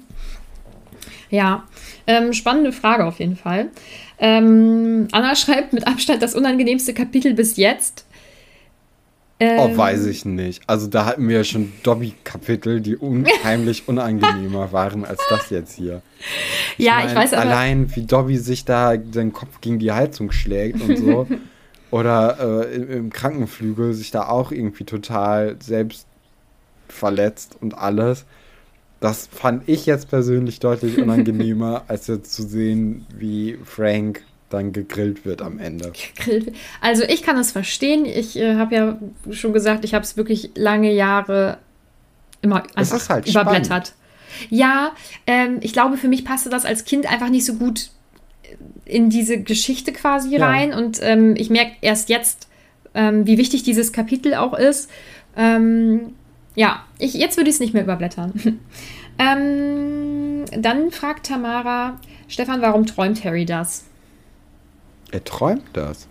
Ja, ähm, spannende Frage auf jeden Fall. Ähm, Anna schreibt mit Abstand das unangenehmste Kapitel bis jetzt. Oh, Ähm, weiß ich nicht. Also da hatten wir schon Dobby-Kapitel, die unheimlich unangenehmer waren als das jetzt hier. Ich ja, ich meine, weiß aber. allein wie Dobby sich da den Kopf gegen die Heizung schlägt und so. Oder äh, im, im Krankenflügel sich da auch irgendwie total selbst verletzt und alles. Das fand ich jetzt persönlich deutlich unangenehmer, als jetzt zu sehen, wie Frank dann gegrillt wird am Ende. Gegrillt. Also ich kann es verstehen. Ich äh, habe ja schon gesagt, ich habe es wirklich lange Jahre immer Es einfach ist halt überblättert. Ja, ähm, ich glaube, für mich passte das als Kind einfach nicht so gut in diese Geschichte quasi Ja. rein. Und ähm, ich merke erst jetzt, ähm, wie wichtig dieses Kapitel auch ist. Ähm, ja, ich, jetzt würde ich es nicht mehr überblättern. ähm, dann fragt Tamara, Stefan, warum träumt Harry das? Er träumt das.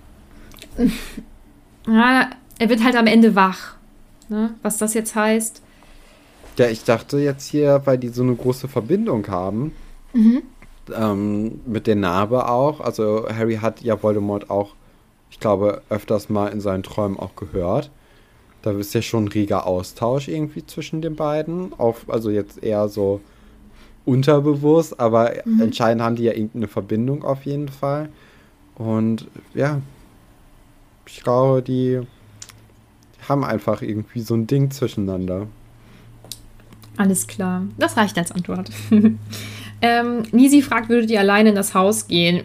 Ja, er wird halt am Ende wach. Ne? Was das jetzt heißt. Ja, ich dachte jetzt hier, weil die so eine große Verbindung haben, Mhm. ähm, mit der Narbe auch. Also Harry hat ja Voldemort auch, ich glaube, öfters mal in seinen Träumen auch gehört. Da ist ja schon ein reger Austausch irgendwie zwischen den beiden. Auf, also jetzt eher so unterbewusst, aber Mhm. anscheinend haben die ja irgendeine Verbindung auf jeden Fall. Und ja, ich glaube, die haben einfach irgendwie so ein Ding zwischeneinander. Alles klar. Das reicht als Antwort. ähm, Nisi fragt, würdet ihr alleine in das Haus gehen?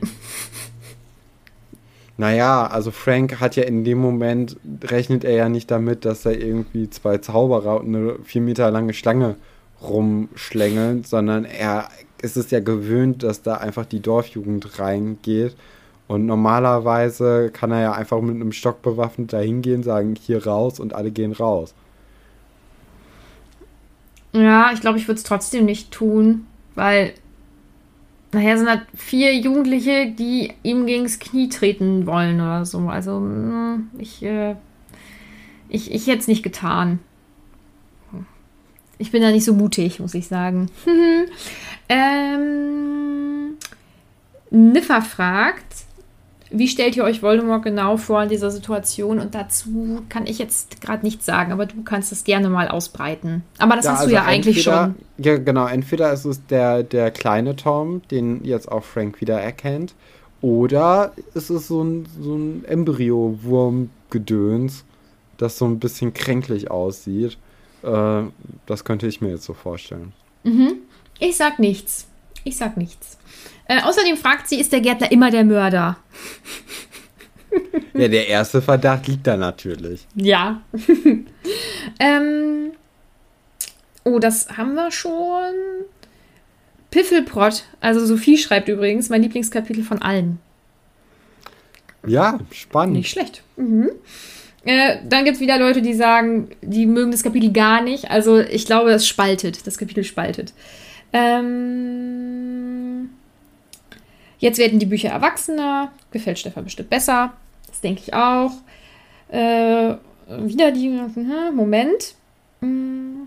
Naja, also Frank hat ja in dem Moment, rechnet er ja nicht damit, dass da irgendwie zwei Zauberer und eine vier Meter lange Schlange rumschlängeln, sondern er ist es ja gewöhnt, dass da einfach die Dorfjugend reingeht. Und normalerweise kann er ja einfach mit einem Stock bewaffnet da hingehen, sagen, hier raus und alle gehen raus. Ja, ich glaube, ich würde es trotzdem nicht tun, weil nachher sind halt vier Jugendliche, die ihm gegens Knie treten wollen oder so. Also, mm, ich, äh, ich, ich hätte es nicht getan. Ich bin da nicht so mutig, muss ich sagen. ähm, Niffer fragt, wie stellt ihr euch Voldemort genau vor in dieser Situation? Und dazu kann ich jetzt gerade nichts sagen, aber du kannst es gerne mal ausbreiten. Aber das Ja, hast also du ja eigentlich entweder, schon. Ja, genau. Entweder ist es der, der kleine Tom, den jetzt auch Frank wieder erkennt, oder ist es so ein, so ein Embryo-Wurm-Gedöns, das so ein bisschen kränklich aussieht. Äh, das könnte ich mir jetzt so vorstellen. Mhm. Ich sag nichts. Ich sag nichts. Äh, außerdem fragt sie, ist der Gärtner immer der Mörder? Ja, der erste Verdacht liegt da natürlich. Ja. ähm, oh, das haben wir schon. Piffelprott, also Sophie schreibt übrigens, mein Lieblingskapitel von allen. Ja, spannend. Nicht schlecht. Mhm. Äh, dann gibt es wieder Leute, die sagen, die mögen das Kapitel gar nicht. Also ich glaube, es spaltet. Das Kapitel spaltet. Ähm, jetzt werden die Bücher erwachsener. Gefällt Stefan bestimmt besser. Das denke ich auch. Äh, wieder die... Moment. Hm.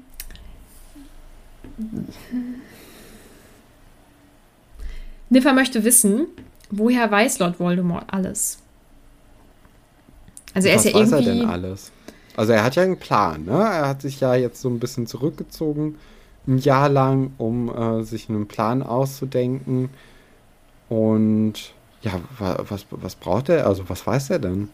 Niffer möchte wissen, woher weiß Lord Voldemort alles? Also er Was ist ja weiß irgendwie... er denn alles? Also er hat ja einen Plan, ne? Er hat sich ja jetzt so ein bisschen zurückgezogen, ein Jahr lang, um äh, sich einen Plan auszudenken. Und ja, wa was, was braucht er? Also was weiß er denn?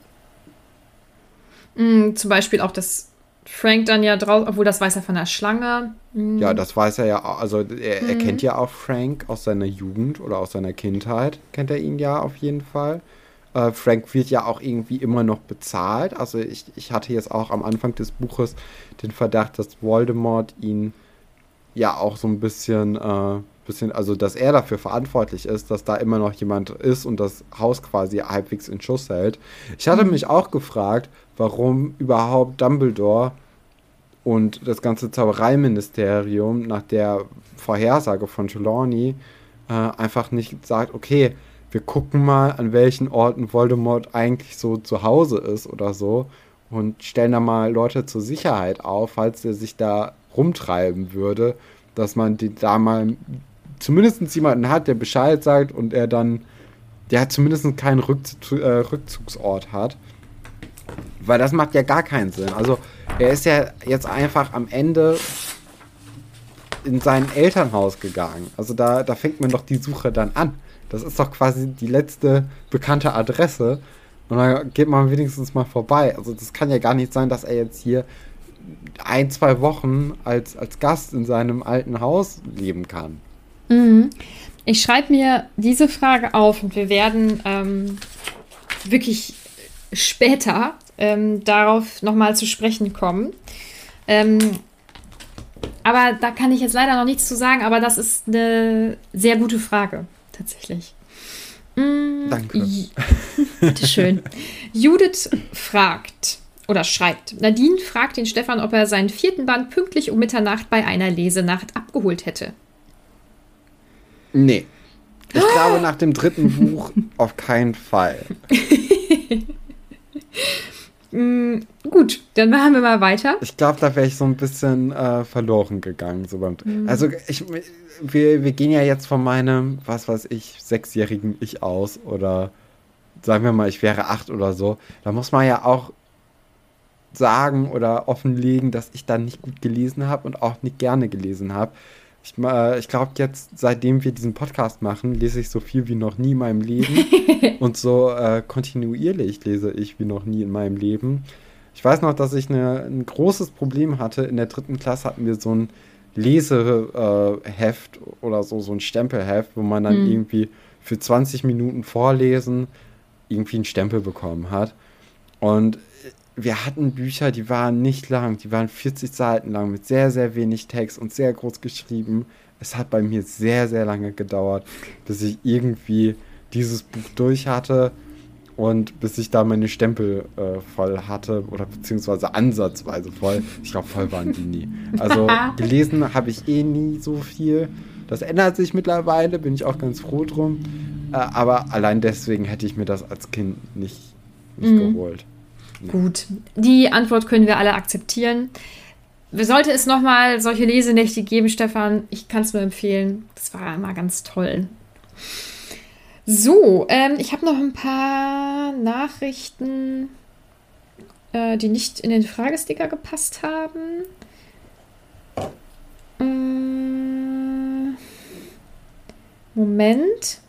mh, zum Beispiel auch, dass Frank dann ja drauf... Obwohl, das weiß er von der Schlange. Mh, Ja, das weiß er ja, au- also er, er Mhm. kennt ja auch Frank aus seiner Jugend oder aus seiner Kindheit, kennt er ihn ja auf jeden Fall. Äh, Frank wird ja auch irgendwie immer noch bezahlt. Also ich, ich hatte jetzt auch am Anfang des Buches den Verdacht, dass Voldemort ihn ja auch so ein bisschen, äh, bisschen, also dass er dafür verantwortlich ist, dass da immer noch jemand ist und das Haus quasi halbwegs in Schuss hält. Ich hatte mich auch gefragt, warum überhaupt Dumbledore und das ganze Zaubereiministerium nach der Vorhersage von Trelawney äh, einfach nicht sagt, okay, wir gucken mal, an welchen Orten Voldemort eigentlich so zu Hause ist oder so und stellen da mal Leute zur Sicherheit auf, falls er sich da rumtreiben würde, dass man die da mal zumindest jemanden hat, der Bescheid sagt und er dann, der zumindest keinen Rückzu äh, Rückzugsort hat. Weil das macht ja gar keinen Sinn. Also er ist ja jetzt einfach am Ende in sein Elternhaus gegangen. Also da, da fängt man doch die Suche dann an. Das ist doch quasi die letzte bekannte Adresse. Und dann geht man wenigstens mal vorbei. Also das kann ja gar nicht sein, dass er jetzt hier ein, zwei Wochen als, als Gast in seinem alten Haus leben kann. Mhm. Ich schreibe mir diese Frage auf und wir werden ähm, wirklich später ähm, darauf nochmal zu sprechen kommen. Ähm, aber da kann ich jetzt leider noch nichts zu sagen, aber das ist eine sehr gute Frage, tatsächlich. Mhm. Danke. Bitteschön. Judith fragt oder schreibt, Nadine fragt den Stefan, ob er seinen vierten Band pünktlich um Mitternacht bei einer Lesenacht abgeholt hätte. Nee. Ich oh. glaube, nach dem dritten Buch auf keinen Fall. mm, gut, dann machen wir mal weiter. Ich glaube, da wäre ich so ein bisschen äh, verloren gegangen. So beim, mm. Also ich, wir, wir gehen ja jetzt von meinem, was weiß ich, sechsjährigen Ich aus. Oder sagen wir mal, ich wäre acht oder so. Da muss man ja auch sagen oder offenlegen, dass ich dann nicht gut gelesen habe und auch nicht gerne gelesen habe. Ich, äh, ich glaube jetzt, seitdem wir diesen Podcast machen, lese ich so viel wie noch nie in meinem Leben. Und so äh, kontinuierlich lese ich wie noch nie in meinem Leben. Ich weiß noch, dass ich eine, ein großes Problem hatte. In der dritten Klasse hatten wir so ein Leseheft äh, oder so, so ein Stempelheft, wo man dann mhm. irgendwie für zwanzig Minuten Vorlesen irgendwie einen Stempel bekommen hat. Und wir hatten Bücher, die waren nicht lang, die waren vierzig Seiten lang mit sehr, sehr wenig Text und sehr groß geschrieben. Es hat bei mir sehr, sehr lange gedauert, bis ich irgendwie dieses Buch durch hatte und bis ich da meine Stempel äh, voll hatte oder beziehungsweise ansatzweise voll. Ich glaube, voll waren die nie. Also gelesen habe ich eh nie so viel. Das ändert sich mittlerweile, bin ich auch ganz froh drum. Äh, aber allein deswegen hätte ich mir das als Kind nicht, nicht mhm. geholt. Nee. Gut, die Antwort können wir alle akzeptieren. Sollte es nochmal solche Lesenächte geben, Stefan, ich kann es nur empfehlen. Das war immer ganz toll. So, ähm, ich habe noch ein paar Nachrichten, äh, die nicht in den Fragesticker gepasst haben. Ähm, Moment.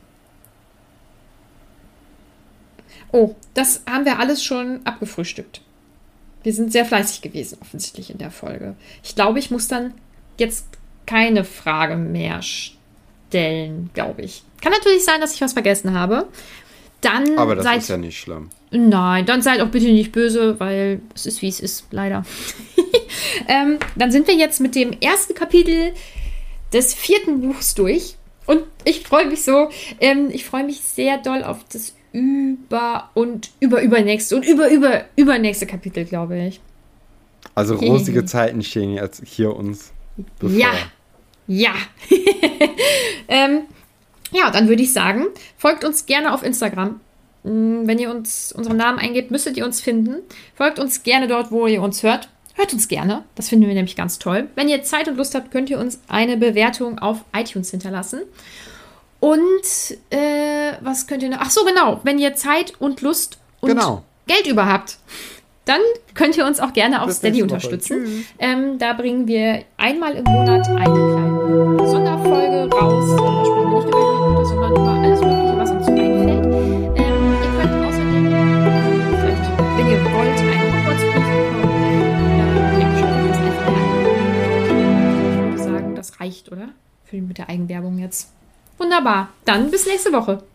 Oh, das haben wir alles schon abgefrühstückt. Wir sind sehr fleißig gewesen, offensichtlich in der Folge. Ich glaube, ich muss dann jetzt keine Frage mehr stellen, glaube ich. Kann natürlich sein, dass ich was vergessen habe. Dann Aber das seid, ist ja nicht schlimm. Nein, dann seid auch bitte nicht böse, weil es ist, wie es ist, leider. ähm, dann sind wir jetzt mit dem ersten Kapitel des vierten Buchs durch. Und ich freue mich so, ähm, ich freue mich sehr doll auf das über- und über-übernächste und über-über- übernächste Kapitel, glaube ich. Also rosige Zeiten stehen jetzt hier uns bevor. Ja, ja. ähm, ja, dann würde ich sagen, folgt uns gerne auf Instagram. Wenn ihr uns unseren Namen eingebt, müsstet ihr uns finden. Folgt uns gerne dort, wo ihr uns hört. Hört uns gerne. Das finden wir nämlich ganz toll. Wenn ihr Zeit und Lust habt, könnt ihr uns eine Bewertung auf iTunes hinterlassen. Und äh, was könnt ihr noch? Ach so, genau. Wenn ihr Zeit und Lust und genau. Geld über habt, dann könnt ihr uns auch gerne auf Steady unterstützen. Ähm, da bringen wir einmal im Monat eine kleine Sonderfolge raus. Da sprechen wir nicht über Harry Potter, sondern über alles Mögliche, was uns so einfällt. Ähm, ihr könnt außerdem, vielleicht, wenn ihr wollt, einen Hogwarts-Brief bekommen. Äh, ja, schaut euch das einfach mal an. Ich würde sagen, das reicht, oder? Für mit der Eigenwerbung jetzt. Wunderbar. Dann bis nächste Woche.